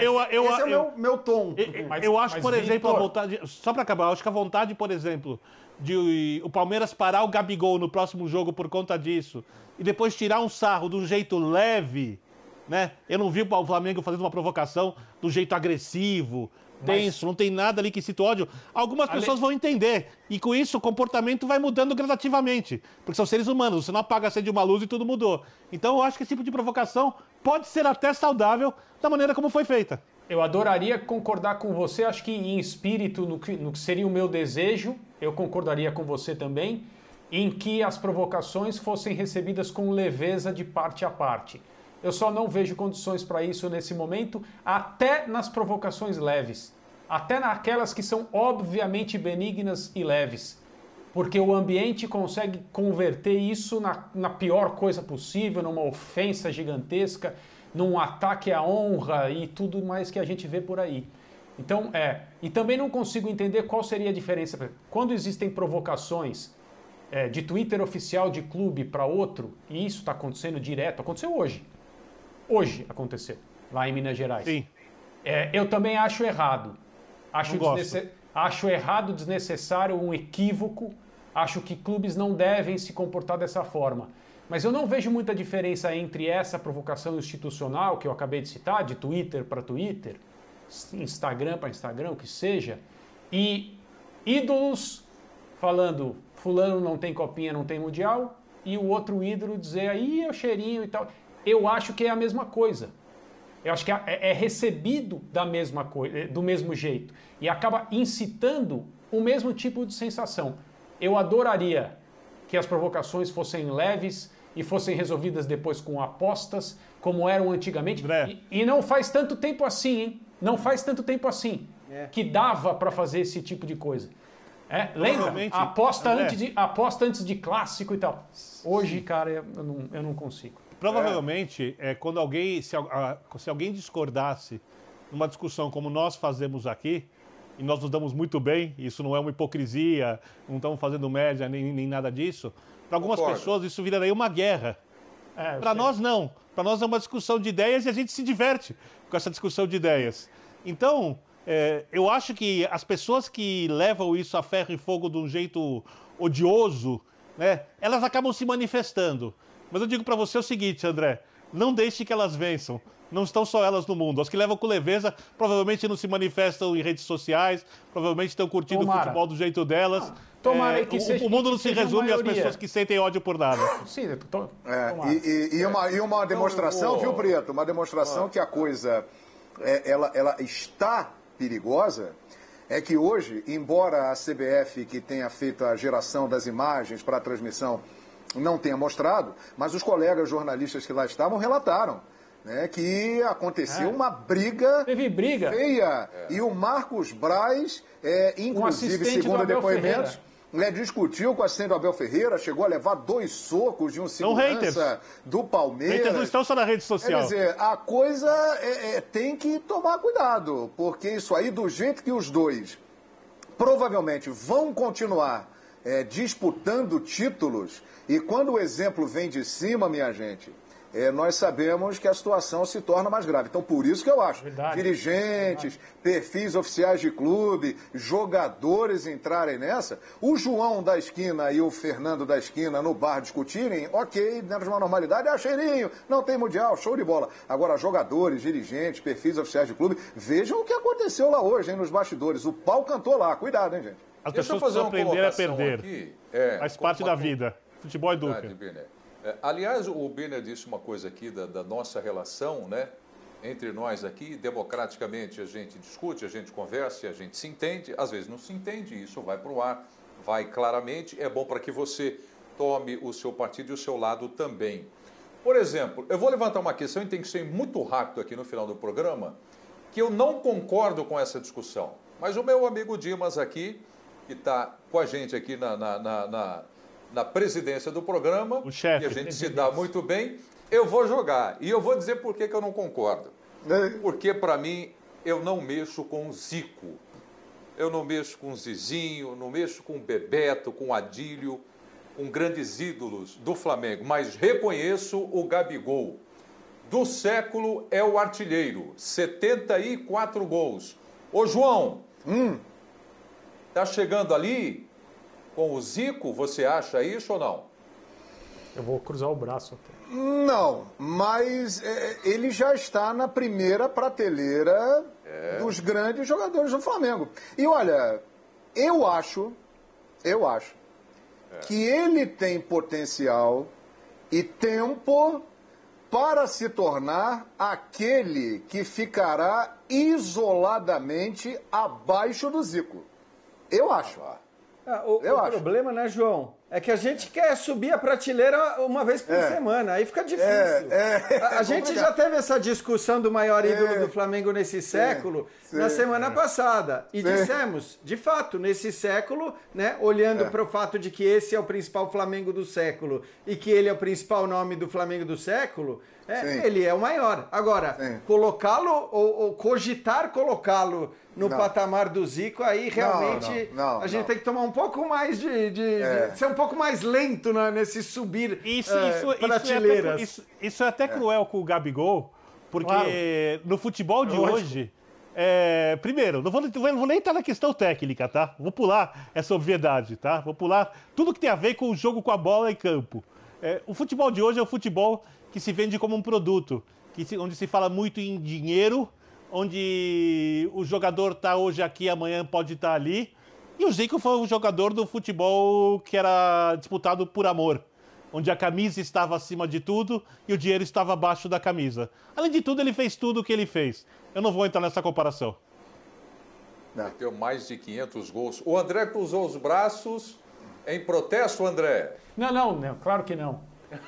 F: é o meu tom.
G: Eu acho, por exemplo, a vontade... Só para acabar, eu acho que a vontade, por exemplo, de o Palmeiras parar o Gabigol no próximo jogo por conta disso e depois tirar um sarro de um jeito leve, né? Eu não vi o Flamengo fazendo uma provocação do jeito agressivo, tenso, não tem nada ali que cite ódio. Algumas pessoas vão entender. E com isso o comportamento vai mudando gradativamente. Porque são seres humanos, você não apaga a sede de uma luz e tudo mudou. Então eu acho que esse tipo de provocação pode ser até saudável da maneira como foi feita.
D: Eu adoraria concordar com você, acho que em espírito, no que seria o meu desejo, eu concordaria com você também, em que as provocações fossem recebidas com leveza de parte a parte. Eu só não vejo condições para isso nesse momento, até nas provocações leves. Até naquelas que são obviamente benignas e leves. Porque o ambiente consegue converter isso na pior coisa possível, numa ofensa gigantesca, num ataque à honra e tudo mais que a gente vê por aí. Então, e também não consigo entender qual seria a diferença. Quando existem provocações de Twitter oficial de clube para outro, e isso está acontecendo direto, aconteceu hoje. Hoje aconteceu, lá em Minas Gerais.
G: Sim.
D: Eu também acho errado. Acho errado, desnecessário, um equívoco. Acho que clubes não devem se comportar dessa forma. Mas eu não vejo muita diferença entre essa provocação institucional, que eu acabei de citar, de Twitter para Twitter, Instagram para Instagram, o que seja, e ídolos falando, fulano não tem copinha, não tem mundial, e o outro ídolo dizer, aí é o cheirinho e tal. Eu acho que é a mesma coisa. Eu acho que é recebido da mesma coisa, do mesmo jeito. E acaba incitando o mesmo tipo de sensação. Eu adoraria que as provocações fossem leves e fossem resolvidas depois com apostas, como eram antigamente. E não faz tanto tempo assim, hein? Não faz tanto tempo assim que dava para fazer esse tipo de coisa. Lembra? Aposta antes de clássico e tal. Hoje, cara, eu não consigo.
G: Provavelmente, quando se alguém discordasse numa discussão como nós fazemos aqui, e nós nos damos muito bem, isso não é uma hipocrisia, não estamos fazendo média nem nada disso, para algumas pessoas isso viraria uma guerra. Para nós, não. Para nós é uma discussão de ideias e a gente se diverte com essa discussão de ideias. Então, eu acho que as pessoas que levam isso a ferro e fogo de um jeito odioso, né, elas acabam se manifestando. Mas eu digo para você o seguinte, André, não deixe que elas vençam. Não estão só elas no mundo. As que levam com leveza provavelmente não se manifestam em redes sociais, provavelmente estão curtindo o futebol do jeito delas.
D: Tomara que seja,
G: o mundo não se resume às pessoas que sentem ódio por nada.
D: Sim,
E: e uma demonstração, viu, Preto? Uma demonstração que a coisa ela está perigosa. É que hoje, embora a CBF, que tenha feito a geração das imagens para a transmissão, não tenha mostrado, mas os colegas jornalistas que lá estavam relataram, né, que aconteceu uma briga, feia. E o Marcos Braz, inclusive, segundo depoimentos, discutiu com a assistente do Abel Ferreira, chegou a levar 2 socos de um segurança do Palmeiras.
G: Haters não estão só na rede social.
E: Quer dizer, a coisa tem que tomar cuidado, porque isso aí, do jeito que os dois provavelmente vão continuar disputando títulos, e quando o exemplo vem de cima, minha gente, nós sabemos que a situação se torna mais grave. Então, por isso que eu acho, dirigentes, perfis oficiais de clube, jogadores entrarem nessa, o João da esquina e o Fernando da esquina no bar discutirem, ok, dentro de uma normalidade, cheirinho, não tem mundial, show de bola. Agora, jogadores, dirigentes, perfis oficiais de clube, vejam o que aconteceu lá hoje, hein, nos bastidores. O pau cantou lá, cuidado, hein, gente.
G: As pessoas precisam aprender a perder. Aqui, faz parte da vida. Futebol educa.
A: Aliás, o Birner disse uma coisa aqui da nossa relação, né? Entre nós aqui, democraticamente, a gente discute, a gente conversa, a gente se entende. Às vezes não se entende, isso vai para o ar, vai claramente. É bom para que você tome o seu partido e o seu lado também. Por exemplo, eu vou levantar uma questão e tem que ser muito rápido aqui no final do programa, que eu não concordo com essa discussão. Mas o meu amigo Dimas aqui, que está com a gente aqui na presidência do programa,
G: o chefe,
A: e a gente se dá muito bem, eu vou jogar. E eu vou dizer por que eu não concordo. Porque, para mim, eu não mexo com o Zico. Eu não mexo com o Zizinho, não mexo com o Bebeto, com o Adílio, com grandes ídolos do Flamengo. Mas reconheço o Gabigol. Do século é o artilheiro. 74 gols. Ô, João, tá chegando ali com o Zico? Você acha isso ou não?
D: Eu vou cruzar o braço até.
E: Não, mas ele já está na primeira prateleira dos grandes jogadores do Flamengo. E olha, eu acho que ele tem potencial e tempo para se tornar aquele que ficará isoladamente abaixo do Zico. Eu acho.
F: O problema, né, João, é que a gente quer subir a prateleira uma vez por semana, aí fica difícil. A gente já teve essa discussão do maior ídolo do Flamengo nesse século na semana passada. E dissemos, de fato, nesse século, né, olhando para o fato de que esse é o principal Flamengo do século e que ele é o principal nome do Flamengo do século, ele é o maior. Agora, colocá-lo ou cogitar colocá-lo no patamar do Zico, aí realmente a gente tem que tomar um pouco mais de ser um pouco mais lento nesse subir prateleiras.
G: Isso é até cruel com o Gabigol, porque no futebol de hoje, primeiro, não vou nem estar na questão técnica, tá? Vou pular essa obviedade, tá? Vou pular tudo que tem a ver com o jogo com a bola em campo. O futebol de hoje é o futebol que se vende como um produto, onde se fala muito em dinheiro, onde o jogador está hoje aqui, amanhã pode estar ali. E o Zico foi um jogador do futebol que era disputado por amor, onde a camisa estava acima de tudo e o dinheiro estava abaixo da camisa. Além de tudo, ele fez tudo o que ele fez. Eu não vou entrar nessa comparação.
A: Deu mais de 500 gols. O André cruzou os braços em protesto, André?
D: Não, claro que não.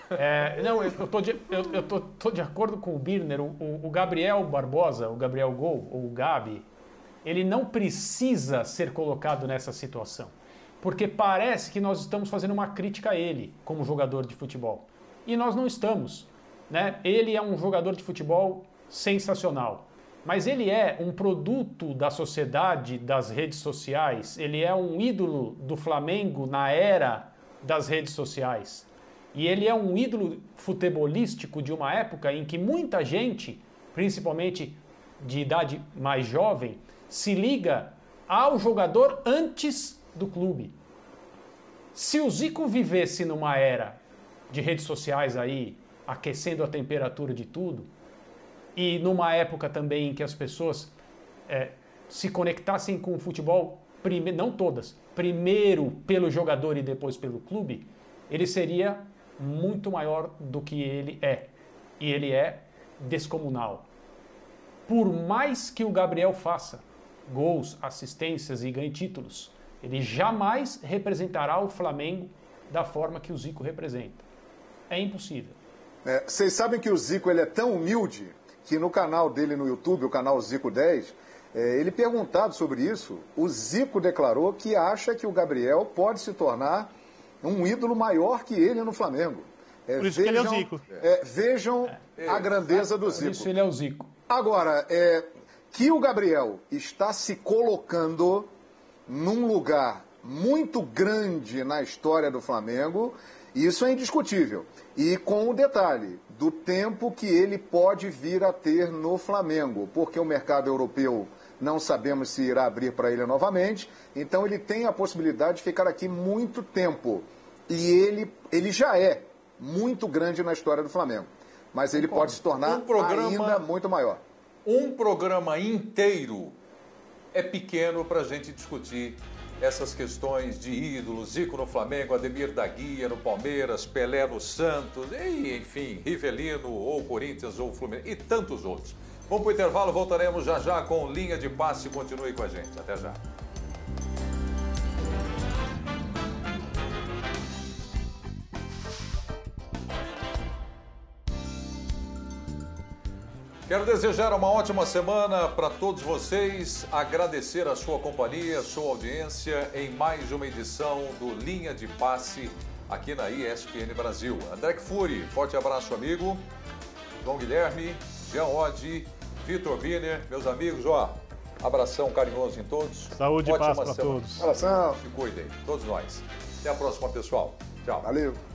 D: Eu tô de acordo com o Birner. O Gabriel Barbosa, o Gabriel Gol, ou o Gabi, ele não precisa ser colocado nessa situação. Porque parece que nós estamos fazendo uma crítica a ele como jogador de futebol. E nós não estamos. Né? Ele é um jogador de futebol sensacional. Mas ele é um produto da sociedade, das redes sociais. Ele é um ídolo do Flamengo na era das redes sociais. E ele é um ídolo futebolístico de uma época em que muita gente, principalmente de idade mais jovem, se liga ao jogador antes do clube. Se o Zico vivesse numa era de redes sociais aí, aquecendo a temperatura de tudo, e numa época também em que as pessoas se conectassem com o futebol, não todas, primeiro pelo jogador e depois pelo clube, ele seria muito maior do que ele é. E ele é descomunal. Por mais que o Gabriel faça gols, assistências e ganhe títulos, ele jamais representará o Flamengo da forma que o Zico representa. É impossível.
E: Vocês sabem que o Zico ele é tão humilde que no canal dele no YouTube, o canal Zico 10, ele perguntado sobre isso, o Zico declarou que acha que o Gabriel pode se tornar um ídolo maior que ele no Flamengo.
G: Por isso que ele é o Zico.
E: Vejam a grandeza do Zico.
D: Por isso ele é o Zico.
E: Agora, que o Gabriel está se colocando num lugar muito grande na história do Flamengo, isso é indiscutível. E com o detalhe do tempo que ele pode vir a ter no Flamengo, porque o mercado europeu não sabemos se irá abrir para ele novamente, então ele tem a possibilidade de ficar aqui muito tempo. E ele já é muito grande na história do Flamengo, mas ele pode se tornar ainda muito maior.
A: Um programa inteiro é pequeno para a gente discutir essas questões de ídolos, Zico no Flamengo, Ademir da Guia no Palmeiras, Pelé no Santos, e, enfim, Rivelino, ou Corinthians, ou Fluminense, e tantos outros. Vamos para o intervalo, voltaremos já já com Linha de Passe. Continue com a gente. Até já. Quero desejar uma ótima semana para todos vocês, agradecer a sua companhia, a sua audiência em mais uma edição do Linha de Passe aqui na ESPN Brasil. André Kfouri, forte abraço, amigo. João Guilherme, Jean Oddi, Vitor Biner, meus amigos, abração carinhoso em todos.
G: Saúde e paz para todos.
E: Abração.
A: Se cuidem, todos nós. Até a próxima, pessoal. Tchau.
E: Valeu.